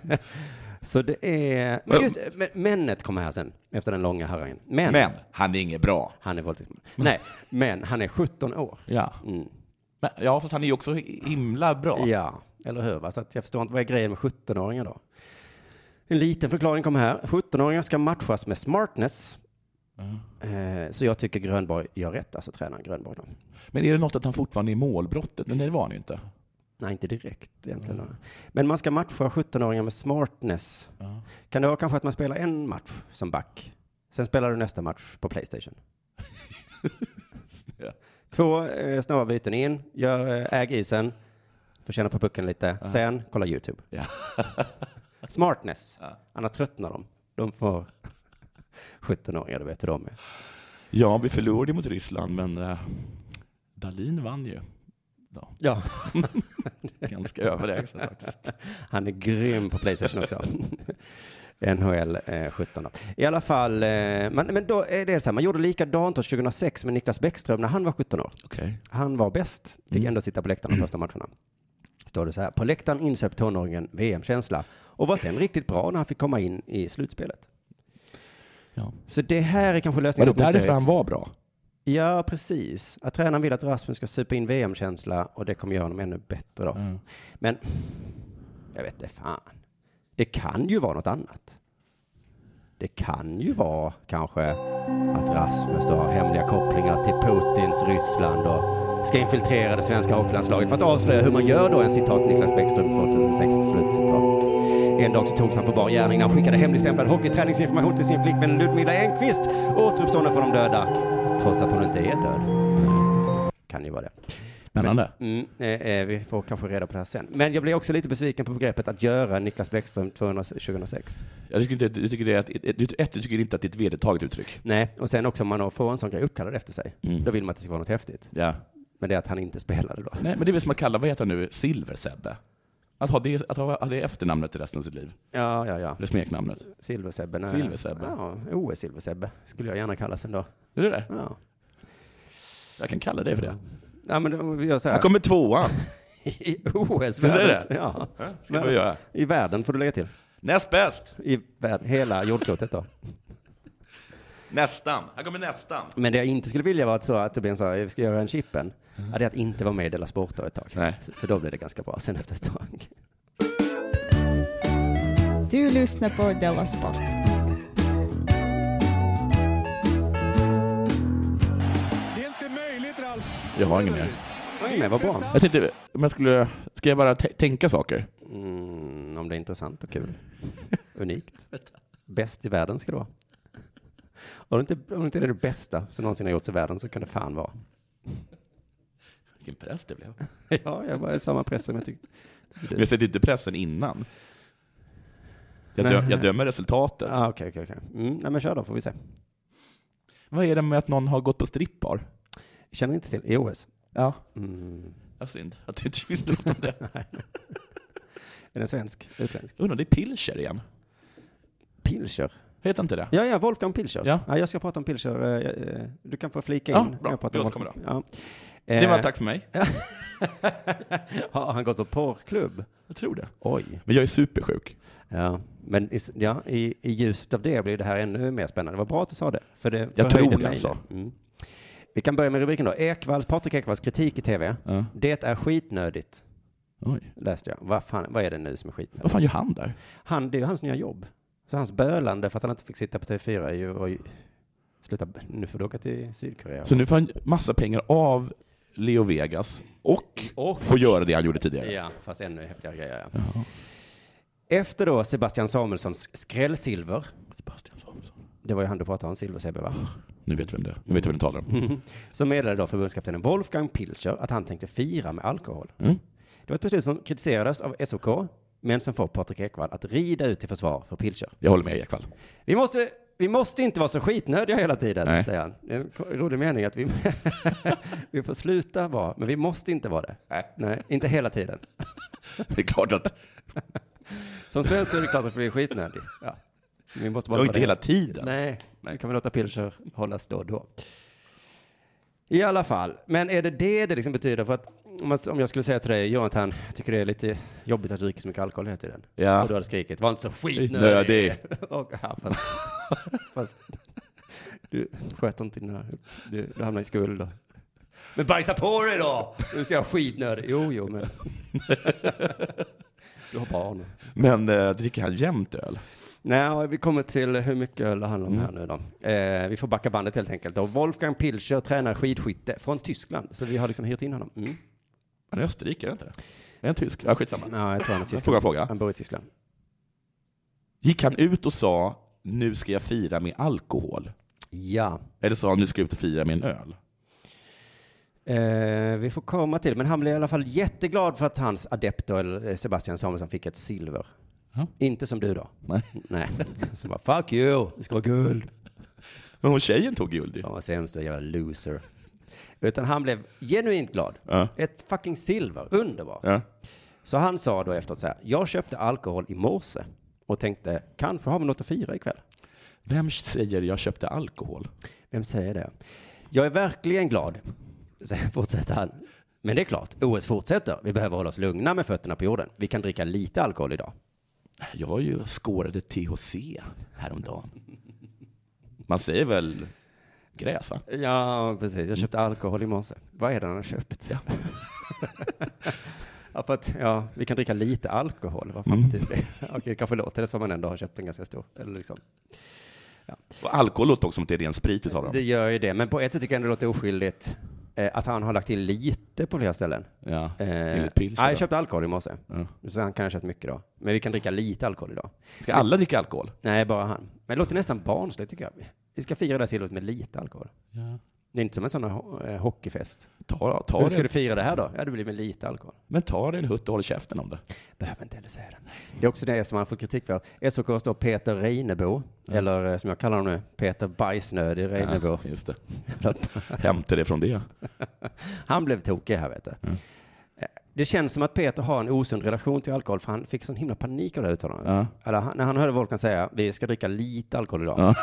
Så det är... Men just men, männet kommer här sen, efter den långa harangen. Men, men han är inget bra. Han är våldtäkt. Nej, men han är sjutton år. Ja. Mm. Men, ja, fast han är ju också himla bra. Ja, eller hur? Va? Så att jag förstår inte vad är grejen med sjutton-åringar då. En liten förklaring kommer här. sjutton-åringar ska matchas med smartness. Mm. Eh, så jag tycker Grönborg gör rätt, alltså tränaren Grönborg då. Men är det något att han fortfarande är i målbrottet? Men det var han ju inte. Nej, inte direkt egentligen. Mm. Men man ska matcha sjutton-åringar med smartness. Mm. Kan det vara kanske att man spelar en match som back? Sen spelar du nästa match på PlayStation. Ja. Två eh, snabba byten in, gör, äh, äg isen, får känna på pucken lite. Mm. Sen kolla YouTube. Ja. Smartness. Ja. Annars tröttnar de. De får sjutton-åringar, du vet hur de är. Ja, vi förlorade mot Ryssland, men äh, Dahlin vann ju. då. Ja. Ganska överlägset faktiskt. Han är grym på PlayStation också. N H L eh, sjutton då. I alla fall, eh, men, men då är det så här, man gjorde likadant tjugohundrasex med Niklas Bäckström när han var sjutton år. Okay. Han var bäst, fick mm. ändå sitta på läktaren de första matcherna. Står det så här, på läktaren insöp tonåringen V M-känsla och var sen riktigt bra när han fick komma in i slutspelet. Ja. Så det här är kanske lösningen. Var det därför han var bra? Ja, precis. Att tränaren vill att Rasmus ska supa in V M-känsla och det kommer göra honom ännu bättre då. Mm. Men, jag vet inte fan. Det kan ju vara något annat. Det kan ju vara kanske att Rasmus då har hemliga kopplingar till Putins Ryssland och ska infiltrera det svenska hockeylandslaget för att avslöja hur man gör då en citat Niklas Bäckström tjugohundrasex slutcitat. En dag så togs han på bar gärning när han skickade hemligstämplad hockeyträningsinformation till sin flickvän Ludmila Enqvist, återuppstående från de döda, trots att hon inte är död. Mm. Kan ju vara det. Spännande. Mm, eh, vi får kanske reda på det här sen. Men jag blir också lite besviken på begreppet att göra Niklas Bäckström tjugohundrasex. Jag tycker inte, du tycker det är att, ett, ett, du tycker inte att det är ett vedertaget uttryck. Nej, och sen också om man får en sån grej uppkallad efter sig. Mm. Då vill man att det ska vara något häftigt. Ja. Men det är att han inte spelade då. Nej, men det är väl som att kalla, vad heter han nu, Silversebbe? Att ha det, att ha det efternamnet i resten av sitt liv. Ja, ja, ja. Eller smeknamnet. Silversebbe. Nej. Silversebbe. Ja, O S Silversebbe skulle jag gärna kalla sen då. Är det det? Ja. Jag kan kalla dig för det. Ja, men då, jag säger. Han kommer tvåan. I O S-världen. Ja. Ja, ska vi göra. I världen får du lägga till. Näst bäst. I världen, hela jordklotet då. Nästan. Han kommer nästan. Men det jag inte skulle vilja var att, så, att det blir en så här, vi ska göra en chippen. Mm. Ja, det är att inte vara med i Della Sport då ett tag. Nej. För då blir det ganska bra sen efter ett tag. Du lyssnar på Della Sport. Jag har ingen mer. Nej, vad bra. Jag tänkte, om jag skulle, ska jag bara t- tänka saker? Mm, om det är intressant och kul. Unikt. Bäst i världen ska det vara. Om det inte, om det inte är det bästa som någonsin har gjorts i världen så kan det fan vara. Vilken press det blev. Ja, jag var i samma press som jag tyckte. Men jag sätter inte pressen innan. Jag, dö, jag dömer resultatet. Ah, okej, okej, okej. Mm, nej, men kör då, får vi se. Vad är det med att någon har gått på strippbar? Jag känner inte till. I O S? Ja. Mm. Jag synd att du inte visste något om det. Är den svensk? Utländsk? Undrar, det är Pilcher igen. Pilcher? Heter inte det? Ja, ja, Wolfgang Pilcher. Ja. Ja, jag ska prata om Pilcher. Du kan få flika in. Ja, bra. Jag pratar Vi om återkommer då. Ja. Det var tack för mig. Har han gått på porrklubb? Jag tror det. Oj. Men jag är supersjuk. Ja, men i, ja, i, i ljuset av det blir det här ännu mer spännande. Det var bra att du sa det. För det jag tror det alltså. Mm. Vi kan börja med rubriken då. Ekvalls, Patrik Ekvalls kritik i tv. Ja. Det är skitnödigt. Oj. Läste jag. Vad, fan, vad är det nu som är skitnödigt? Vad fan gör han där? Han, det är ju hans nya jobb. Så hans bölande för att han inte fick sitta på T V fyra är ju, och, sluta, nu får du åka till Sydkorea. Så nu får han massa pengar av Leo Vegas och, och får göra det han gjorde tidigare. Ja, fast ännu häftigare grejer. Ja. Efter då Sebastian Samuelssons skrällsilver. Sebastian Samuelsson. Det var ju han du pratade om, Silversebbe, va? Nu vet vi vem det är. Nu vet vi vem du talar om. Så meddelade då förbundskaptenen Wolfgang Pilcher att han tänkte fira med alkohol. Mm. Det var ett beslut som kritiserades av S O K, men som får Patrik Ekwall att rida ut till försvar för Pilcher. Jag håller med Ekwall. Vi måste, vi måste inte vara så skitnödiga hela tiden, Nej. säger han. Det är en rolig mening att vi, vi får sluta vara, men vi måste inte vara det. Nej. Nej, inte hela tiden. Det är klart att... Som svensk är det klart att vi är skitnödiga. Ja. Vi måste bara och inte hela tiden. Nej, nu kan vi låta Pilcher hållas då och då. I alla fall, men är det det det liksom betyder? För att om jag skulle säga till dig, Jonathan, tycker det är lite jobbigt att dricka så mycket alkohol hela tiden. Ja. Och du hade skrikit, var inte så skitnödig. och, ja, fast, fast du sköter inte dina, du, du hamnar i skuld då. Men bajsa på dig då! Du ser jag skitnödig. Jo, jo, men... du har barn. Men äh, dricker han jämt öl? Nej, vi kommer till hur mycket öl det handlar om mm. här nu då. Eh, vi får backa bandet helt enkelt. Och Wolfgang Pilcher tränar skidskytte från Tyskland. Så vi har liksom hyrt in honom. Mm. Han är österrikare, inte det? Är han tysk? Ja, skitsamma. Ja, jag tror han är tysk. Fråga, fråga. Han bor i Tyskland. Gick han ut och sa, nu ska jag fira med alkohol? Ja. Eller sa han, nu ska jag ut och fira med en öl? Eh, vi får komma till. Men han blev i alla fall jätteglad för att hans adept, eller Sebastian Samuelsson, fick ett silver. Ja. Inte som du då. Nej. Nej. Så bara, fuck you, det ska vara guld. Men hon tjejen tog guld. Ja, vad sämst då, jävla loser. Utan han blev genuint glad. Ja. Ett fucking silver. Underbart. Ja. Så han sa då efteråt så här. Jag köpte alkohol i morse. Och tänkte, kanske har vi något att fira ikväll. Vem säger jag köpte alkohol? Vem säger det? Jag är verkligen glad. Sen fortsätter han. Men det är klart, O S fortsätter. Vi behöver hålla oss lugna med fötterna på jorden. Vi kan dricka lite alkohol idag. Jag var ju skårade T H C häromdagen. Man säger väl gräs, va? Ja, precis. Jag köpte alkohol i morse. Vad är det han har köpt? Ja. Ja, för att, ja, vi kan dricka lite alkohol. Vad fan Mm. betyder det? Okej, det kanske låter det som man ändå har köpt en ganska stor. Eller liksom. Ja. Och alkohol låter också som att det är ren sprit vi talar om. Det gör ju det, men på ett sätt tycker jag ändå det låter oskyldigt eh, att han har lagt till lite på flera ställen. Ja, eh, enligt pilser. Nej, jag köpte alkohol i morse. Ja. Så han kan ha köpt mycket då. Men vi kan dricka lite alkohol idag. Ska alla dricka alkohol? Nej, bara han. Men det låter nästan barnsligt tycker jag. Vi ska fira det här silvret med lite alkohol. Ja. Det är inte som en sån här eh, hockeyfest. Ta, ta Hur ska det. du fira det här då? Ja, det blir med lite alkohol. Men ta det en hutt och håll käften om det. Behöver inte heller säga det. Det är också det som han får kritik för. S O K står Peter Reinebo, mm. eller eh, som jag kallar honom nu, Peter Bajsnödig Reinebo. Ja, just det. Hämta det från det. Han blev tokig här, vet du. Mm. Det känns som att Peter har en osund relation till alkohol, för han fick sån himla panik av det uttalandet. Ja. Eller, han, när han hörde Volkan säga, vi ska dricka lite alkohol idag. Ja.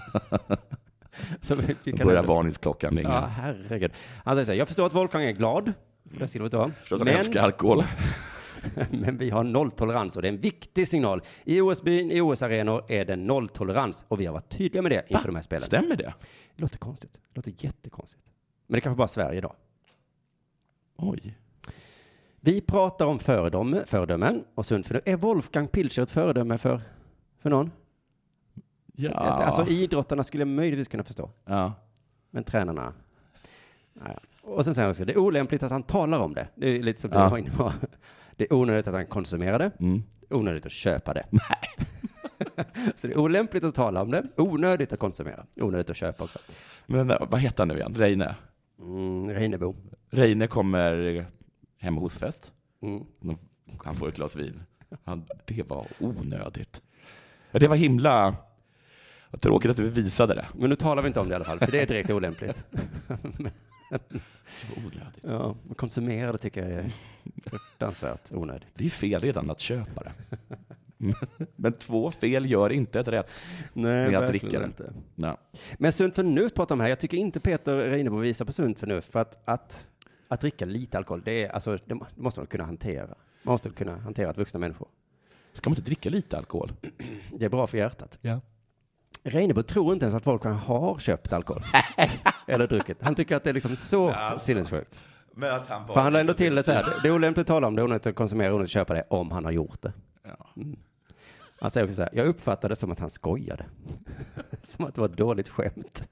Så vi, vi kan börjar varningsklockan ringa. Ja, herregud. Han säger så här, jag förstår att Volkan är glad för det silvret då. Förstår att han älskar alkohol. Men vi har nolltolerans och det är en viktig signal. I O S-byn, i O S-arenor är det nolltolerans och vi har varit tydliga med det inför Va? de här spelen. Stämmer det? Det låter konstigt. Det låter jättekonstigt. Men det kanske bara Sverige då. Oj. Vi pratar om föredöme, föredömen och sunt förnuft. Är Wolfgang Pilcher ett föredöme för, för någon? Ja. Alltså idrottarna skulle jag möjligtvis kunna förstå. Ja. Men tränarna... Naja. Och sen säger han också, det är olämpligt att han talar om det. Det är lite som du ja. var inne på. Det är onödigt att han konsumerar det. Mm. Onödigt att köpa det. Nej. Så det är olämpligt att tala om det. Onödigt att konsumera. Onödigt att köpa också. Men vad heter han nu igen? Reine? Mm, Reinebo. Reine kommer hemma hos fest. Mm. Han får ett glas vin. Han, det var onödigt. Ja, det var himla... Vad tråkigt att du visade det. Men nu talar vi inte om det i alla fall, för det är direkt olämpligt. Det var onödigt. Ja, konsumera det tycker jag är fruktansvärt onödigt. Det är fel redan att köpa det. Men två fel gör inte ett rätt. Nej, med att dricka det. Inte. Nej. Men sunt förnuft pratar om här. Jag tycker inte Peter Reinebo visar på sunt förnuft, för att, att, att dricka lite alkohol, det, är, alltså, det måste man kunna hantera. Man måste kunna hantera att vuxna människor. Ska man inte dricka lite alkohol? Det är bra för hjärtat. Ja. Reinebo tror inte ens att folk har köpt alkohol. Eller druckit. Han tycker att det är liksom så alltså, sinnessjukt. Men att han bara för han la ändå till det så här. Det är olämpligt att tala om det, onödigt att konsumera, onödigt att köpa det om han har gjort det. Ja. Mm. Han säger också så här, jag uppfattade det som att han skojade. Som att det var ett dåligt skämt.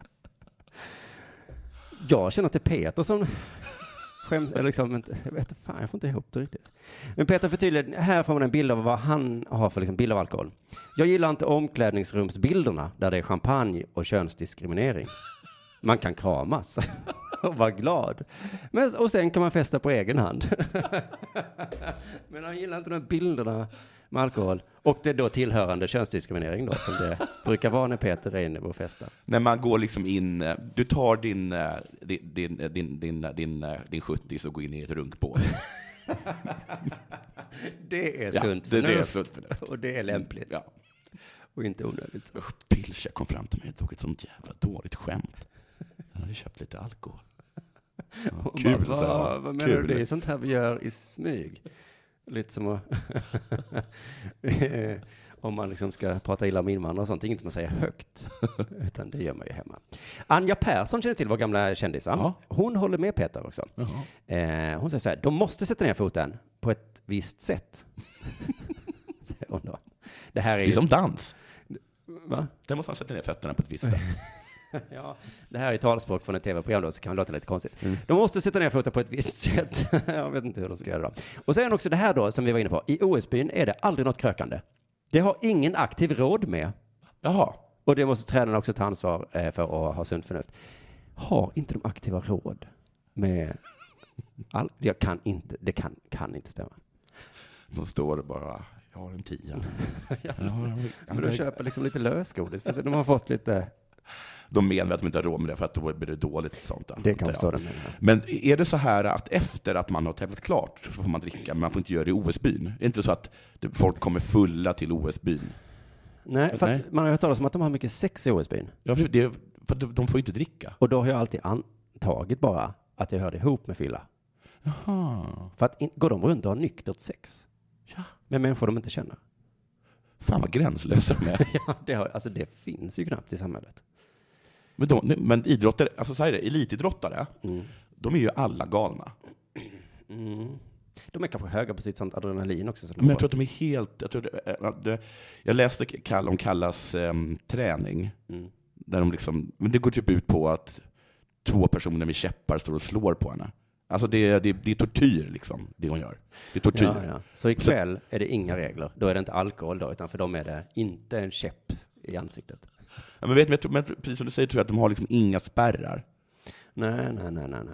Jag känner att det är Peter som skämt, eller liksom, inte, jag vet inte, fan, jag får inte ihop det riktigt. Men Peter förtydligar, här får man en bild av vad han har för liksom bild av alkohol. Jag gillar inte omklädningsrumsbilderna där det är champagne och könsdiskriminering. Man kan kramas och vara glad. Men, och sen kan man festa på egen hand. Men han gillar inte de bilderna med alkohol. Och det är då tillhörande könsdiskriminering då, som det brukar vara när Peter Reinebo festar. När man går liksom in, du tar din, din, din, din, din, din, din sjuttio och går in i ett runkbås. Det är ja, sunt det, förnuft. det är sunt förnuft. Och det är lämpligt. Ja. Och inte onödigt. Pilcher kom fram till mig och tog ett sånt jävla dåligt skämt. Han hade köpt lite alkohol. Ja, kul, bara, så. Vad, vad menar du? Det är sånt här vi gör i smyg. Lite som att om man liksom ska prata illa om invandrare och sånt, inget man säger högt, utan det gör man ju hemma. Anja Persson känner till vår gamla kändis, va? Ja. Hon håller med Peter också. Eh, hon säger så här, de måste sätta ner foten på ett visst sätt. Säger hon då. Det här är, det är ju som dans. Va? Där måste man sätta ner fötterna på ett visst sätt. Ja, det här är talspråk från ett tv-program då, så kan det låta lite konstigt. Mm. De måste sätta ner foten på ett visst sätt. Jag vet inte hur de ska göra då. Och sen också det här då, som vi var inne på. I O S-byn är det aldrig något krökande. Det har ingen aktiv råd med. Jaha. Och det måste tränarna också ta ansvar eh, för att ha sunt förnuft. Har inte de aktiva råd med all... Jag kan inte, det kan, kan inte stämma. De står det bara, jag har en tia. Ja, men de köper liksom lite lösgodis. För de har fått lite... De menar att de inte har råd med det för att då blir det dåligt. Sånt, det kan vara det. Men är det så här att efter att man har tävlat klart så får man dricka, men man får inte göra det i O S-byn? Är det inte så att folk kommer fulla till O S-byn? Nej, för att man har hört talas om att de har mycket sex i O S-byn. Ja, för, det, för de får inte dricka. Och då har jag alltid antagit bara att jag hörde ihop med fylla. Jaha. För att in, går de runt och har nyktert sex? Ja. Med människor de inte känner. Fan vad gränslösa de är. Ja, det, har, alltså det finns ju knappt i samhället. Men, de, men idrottare, alltså så här är det, elitidrottare, mm. de är ju alla galna. Mm. De är kanske höga på sitt sånt adrenalin också. Så men jag får. tror att de är helt... Jag, tror det, det, jag läste om Kallas um, träning. Mm. Där de liksom, men det går typ ut på att två personer med käppar står och slår på henne. Alltså det, det, det är tortyr liksom, det hon gör. Det är tortyr. Ja, ja. Så ikväll så, är det inga regler. Då är det inte alkohol då, utan för dem är det inte en käpp i ansiktet. Ja, men vet du, men precis som du säger, tror jag att de har liksom inga spärrar. Nej, nej, nej, nej, nej.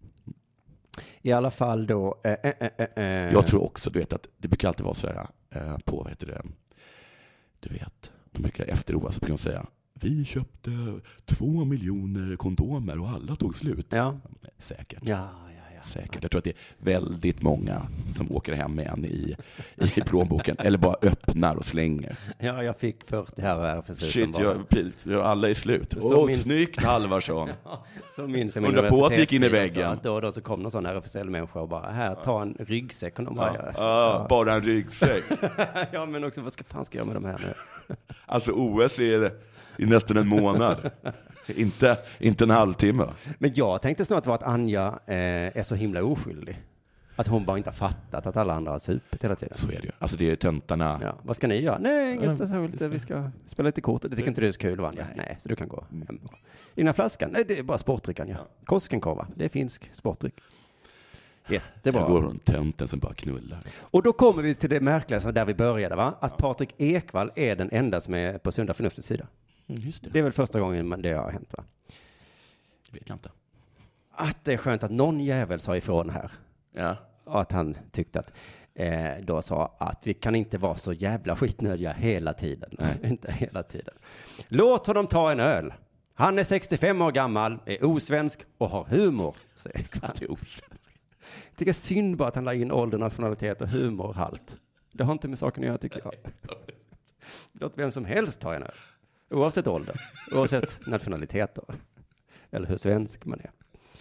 I alla fall då... Äh, äh, äh, äh. Jag tror också, du vet, att det brukar alltid vara så här äh, på, vad heter det? Du vet, de brukar efter O S så brukar de säga vi köpte två miljoner kondomer och alla tog slut. Ja. Säkert. Ja, ja, ja. Säkert. Jag tror att det är väldigt många som åker hem med en i, i plånboken eller bara öppnar och slänger. Ja, jag fick fyrtio här och här för shit, jag, jag, alla är slut. Åh, oh, minns... snyggt Halvarsson. Ja, så minns jag min Undra på att det gick in i väggen. Då och då så kom någon sån R F S L-människa och bara, här, ta en ryggsäck. Och de bara, ja. Ja, ja. Bara en ryggsäck. Ja, men också, vad ska fan ska jag göra med de här nu? Alltså O S är i nästan en månad. inte, inte en halvtimme. Men jag tänkte snart att Anja eh, är så himla oskyldig. Att hon bara inte har fattat att alla andra har supit hela tiden. Så är det ju. Alltså det är töntarna. Ja. Vad ska ni göra? Nej, inget så särskilt. Vi ska spela lite kort. Det tycker inte du är så kul, va? Nej. Nej, så du kan gå hem. I den här flaskan? Nej, det är bara sportdryckan, ja. Koskenkorva. Det är finsk sportdryck. Jättebra. Jag går runt tönten som bara knullar. Och då kommer vi till det märkliga som där vi började, va? Att Patrik Ekwall är den enda som är på sunda förnuftets sida. Mm, just det. Det är väl första gången det har hänt, va? Det vet jag inte. Att det är skönt att någon jävel sa ifrån här. Ja. Och att han tyckte att eh, då sa att vi kan inte vara så jävla skitnödiga hela tiden. Nej, inte hela tiden. Låt honom ta en öl. Han är sextiofem år gammal, är osvensk och har humor, säger Ekwall. Det är osvensk. Jag tycker synd bara att han la in ålder, nationalitet och humor halt. Det har inte med saken att göra, tycker jag. Låt vem som helst ta en öl. Oavsett ålder, oavsett nationalitet då. Eller hur svensk man är.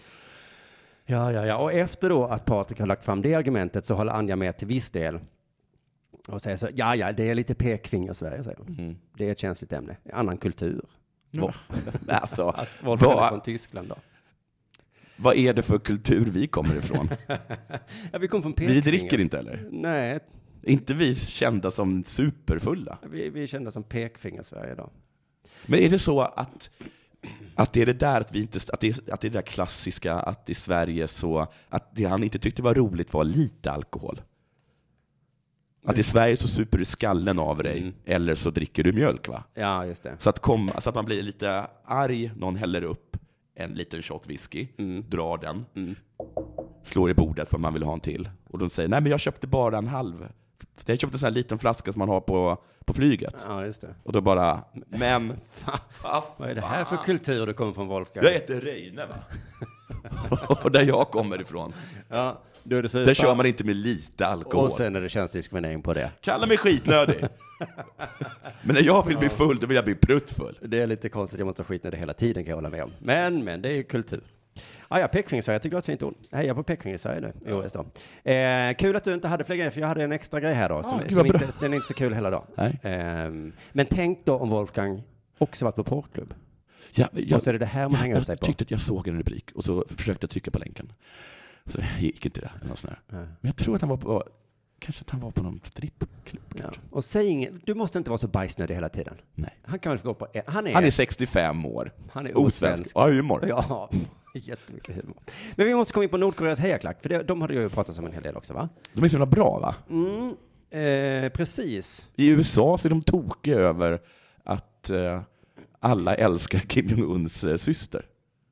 Ja, ja, ja. Och efter då att Patrik har lagt fram det argumentet så håller Anja med till viss del. Och säger så, ja, ja, det är lite pekfinger Sverige, säger hon. Mm. Det är ett känsligt ämne. Annan kultur. Ja. Alltså, att vad är från Tyskland då? Vad är det för kultur vi kommer ifrån? Ja, vi kommer från pekfinger. Vi dricker inte, eller? Nej. Inte vi kända som superfulla? Vi, vi är kända som pekfinger Sverige då. Men är det så att, att det är det där att vi inte, att det är, att det är det där klassiska att i Sverige så att det han inte tyckte var roligt var lite alkohol? Att i Sverige så super du skallen av dig mm. eller så dricker du mjölk, va? Ja, just det. Så att, kom, så att man blir lite arg, någon häller upp en liten shot whisky, mm. drar den, mm. slår i bordet för att man vill ha en till. Och de säger, nej men jag köpte bara en halv. Jag köpte en sån här liten flaska som man har på, på flyget. Ja, just det. Och då bara, men... Fan, vad är det här för kultur du kommer från, Wolfgang? Jag heter Reine, va? Och där jag kommer ifrån. Ja, då är det så där kör man inte med lite alkohol. Och sen är det könsdiskriminering på det. Kalla mig skitnödig. Men när jag vill bli full, då vill jag bli pruttfull. Det är lite konstigt, jag måste ha skitnödig hela tiden, kan jag hålla med om. Men, men, det är ju kultur. Ah, ja, Pekfingersverige, jag tycker det var ett fint ord. Heja på Pekfingersverige nu i O S då. Eh, kul att du inte hade fler grejer, för jag hade en extra grej här då. Som, ah, som inte, den är inte så kul heller då. Nej. Eh, men tänk då om Wolfgang också varit på porrklubb. Ja, jag, och så är det det här man hänger upp sig på. Jag tyckte att jag såg en rubrik och så försökte jag trycka på länken. Så gick inte det. Eller sån här. Men jag tror att han var på, kanske att han var på någon strippklubb. Ja. Och säg inget, du måste inte vara så bajsnödig hela tiden. Nej. Han kan väl få gå på, han är, han är sextiofem år. Han är osvensk. Ja, humor. Ja, jättemycket humor. Men vi måste komma in på Nordkoreas hejaklack, för det, de hade ju pratat om en hel del också, va? De är så jävla bra, va? Mm, eh, precis. I U S A så är de tokiga över att eh, alla älskar Kim Jong-Uns eh, syster.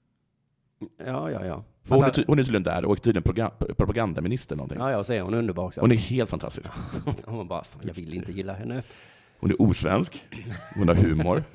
Ja, ja, ja. Hon är, ty- hon är tydligen där och tydligen program- propagandaminister någonting. Ja, ja, och så är hon underbar också. Hon är helt fantastisk. Hon bara, fan, jag vill inte gilla henne. Hon är osvensk. Hon har humor.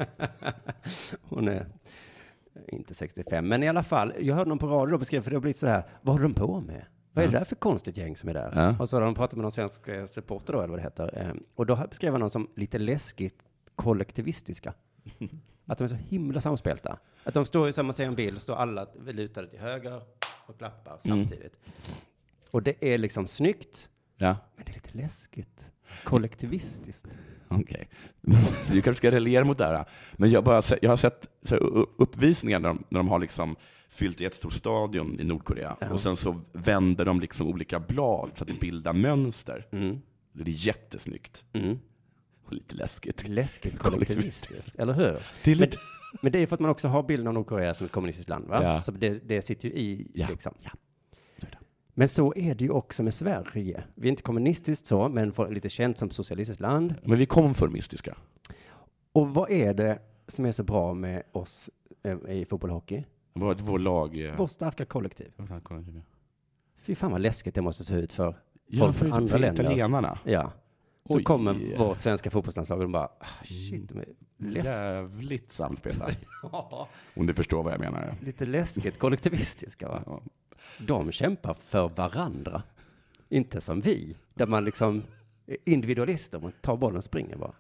Hon är inte sextiofem. Men i alla fall, jag hörde någon på radio och beskrev, för det har blivit så här, vad har de på med? Vad är det där för konstigt gäng som är där? Ja. Och så har de pratat med någon svensk supporter då, eller vad det heter. Och då beskrev han någon som lite läskigt kollektivistiska. Att de är så himla samspelta. Att de står i samma ser en bild, står alla lutade till höger och klappar samtidigt. Mm. Och det är liksom snyggt, ja. Men det är lite läskigt. Kollektivistiskt. Okej. Okay. Du kanske ska reagera mot det här. Men jag, bara, jag har sett så här, uppvisningar när de, när de har liksom fyllt i ett stort stadion i Nordkorea. Ja. Och sen så vänder de liksom olika blad så att det bildar mönster. Mm. Det är jättesnyggt. Mm. Och lite läskigt. Läskigt kollektivistiskt, eller hur? Det lite... men, men det är för att man också har bilden av Nordkorea som ett kommunistiskt land, va? Ja. Så det, det sitter ju i, ja. liksom. Ja. Men så är det ju också med Sverige. Vi är inte kommunistiskt så, men lite känt som socialistiskt land. Men vi är konformistiska. Och vad är det som är så bra med oss eh, i fotboll och hockey? Vår, vår lag... Eh... Vår starka kollektiv. Vår kollektiv, ja. Fy fan vad läskigt det måste se ut för ja, folk för, från andra för länder. Italienarna. Ja. Så Oj. kommer vårt svenska fotbollslandslag och de bara, ah, shit, de är läskigt. Jävligt samspelare. Ja. Om du förstår vad jag menar. Ja. Lite läskigt, kollektivistiska, va? Ja. De kämpar för varandra. Inte som vi, där man liksom är individualister. Man tar bollen och springer bara.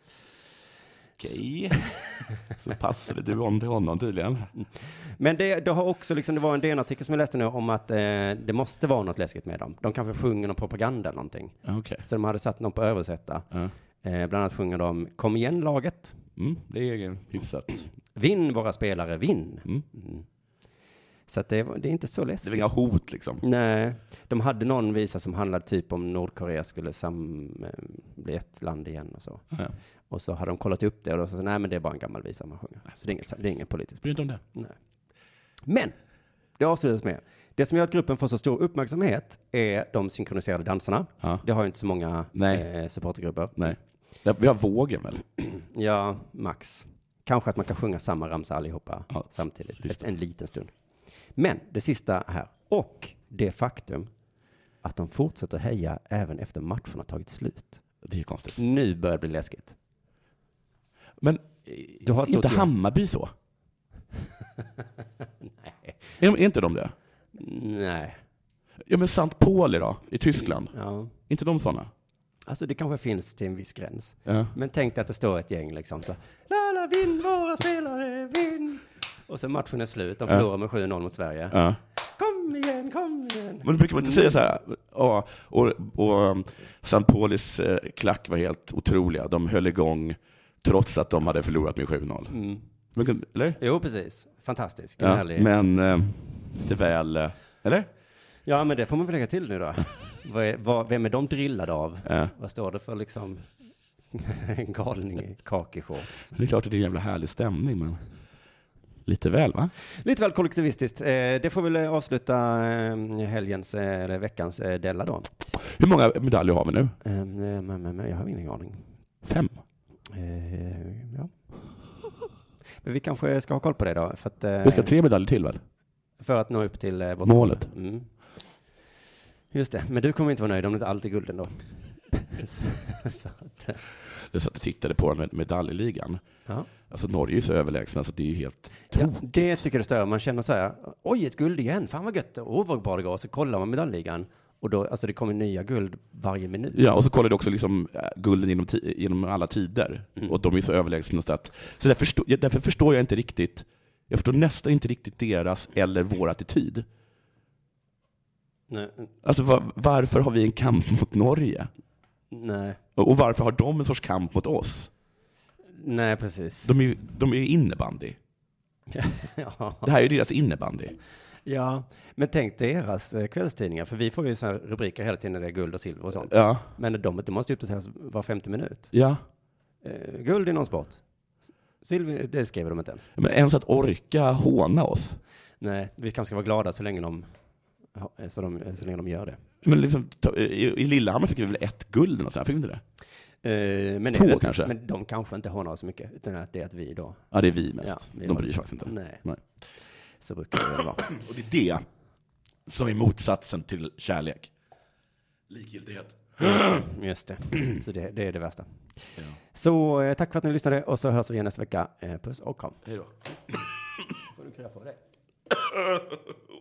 Okej. Så passar det du om till honom tydligen. Men det, det har också liksom, det var en D N-artikel som jag läste nu om att eh, det måste vara något läskigt med dem. De kanske sjunger någon propaganda eller någonting. Okay. Så de hade satt någon på att översätta. Uh. Eh, bland annat sjunger de Kom igen laget. Mm, det är hyfsat. Vinn våra spelare, vinn. Mm. Mm. Så att det, det är inte så läskigt. Det är inga hot liksom. Nej. De hade någon visa som handlade typ om Nordkorea skulle sam, eh, bli ett land igen och så. Ja. Och så hade de kollat upp det och då sa nej men det är bara en gammal visa man sjunger. Så det är inget, det är ingen politisk. Bryr inte om det. Nej. Men det avslutas med. Det som gör att gruppen får så stor uppmärksamhet är de synkroniserade dansarna. Ja. Det har ju inte så många eh, supportergrupper. Nej. Vi har vågen väl? Ja, max. Kanske att man kan sjunga samma ramsa allihopa ja, samtidigt. Ett, en liten stund. Men det sista här. Och det faktum att de fortsätter heja även efter matcherna tagit slut. Det är konstigt. Nu börjar det bli läskigt. Men du har inte Hammarby så? Nej. Är, är inte de det? Nej. Ja, men Sankt Pauli då, i Tyskland. Ja. Inte de sådana? Alltså det kanske finns till en viss gräns. Ja. Men tänk dig att det står ett gäng liksom så. Lala, vinn våra spelare, vinn! Och så matchen är slut. De förlorar ja. med sju noll mot Sverige. Ja. Kom igen, kom igen. Men då brukar man inte säga så här. Ja, och, och Sankt Paulis eh, klack var helt otroliga. De höll igång trots att de hade förlorat med sju noll. Mm. Men, eller? Jo, precis. Fantastiskt. Ja, men eh, det väl... Eh, eller? Ja, men det får man väl lägga till nu då. vad är, vad, vem är de drillade av? Ja. Vad står det för liksom en galning i kakeshorts? Det är klart att det är en jävla härlig stämning, men lite väl, va? Lite väl kollektivistiskt. Eh, det får väl avsluta eh, helgens, eh, eller veckans eh, Della då. Hur många medaljer har vi nu? Eh, men, men, jag har ingen aning. Fem? Eh, ja. Men vi kanske ska ha koll på det då. För att, eh, vi ska ha tre medaljer till, väl? För att nå upp till eh, vårt målet. Mål. Mm. Just det, men du kommer inte vara nöjd om det inte alltid är gulden då. så, så att, det så att jag tittade på med medaljligan. Ja. Alltså Norge är så överlägsna så det är ju helt ja, det tycker jag stör. Man känner så här, oj ett guld igen, fan vad gött. Åh vad bra det går. Så kollar man medaljligan och då, alltså det kommer nya guld varje minut. Ja, och så kollar du också liksom gulden genom, ti- genom alla tider. Mm. Och de är så överlägsna så att, så därför, förstår, därför förstår jag inte riktigt, jag förstår nästan inte riktigt deras eller vår attityd. Nej. Alltså var, varför har vi en kamp mot Norge? Nej. Och, och varför har de en sorts kamp mot oss? Nej, precis. De är, de är innebandy. ja. Det här är ju deras innebandy. Ja, men tänk deras eh, kvällstidningar. För vi får ju så här rubriker hela tiden när det är guld och silver och sånt. Ja. Men de, de måste uppdateras var femte minut. Ja. Eh, guld i någon sport. Silver, det skriver de inte ens. Men ens att orka håna oss. Nej, vi kanske ska vara glada så länge de, så de, så länge de gör det. Men liksom, i, i Lillehammer fick vi väl ett guld och så här, fick vi inte det? Uh, men Två det, kanske. Men de kanske inte hånar så mycket, utan att det är att vi då... Ja, det är vi mest. Ja, vi de bryr sig faktiskt inte. Nej. Nej. Så brukar det vara. Och det är det som är motsatsen till kärlek. Likgiltighet. Just det. Just det. Så det, det är det värsta. Ja. Så eh, tack för att ni lyssnade och så hörs vi igen nästa vecka. Eh, puss och kram. Hej då. Får du krya på dig?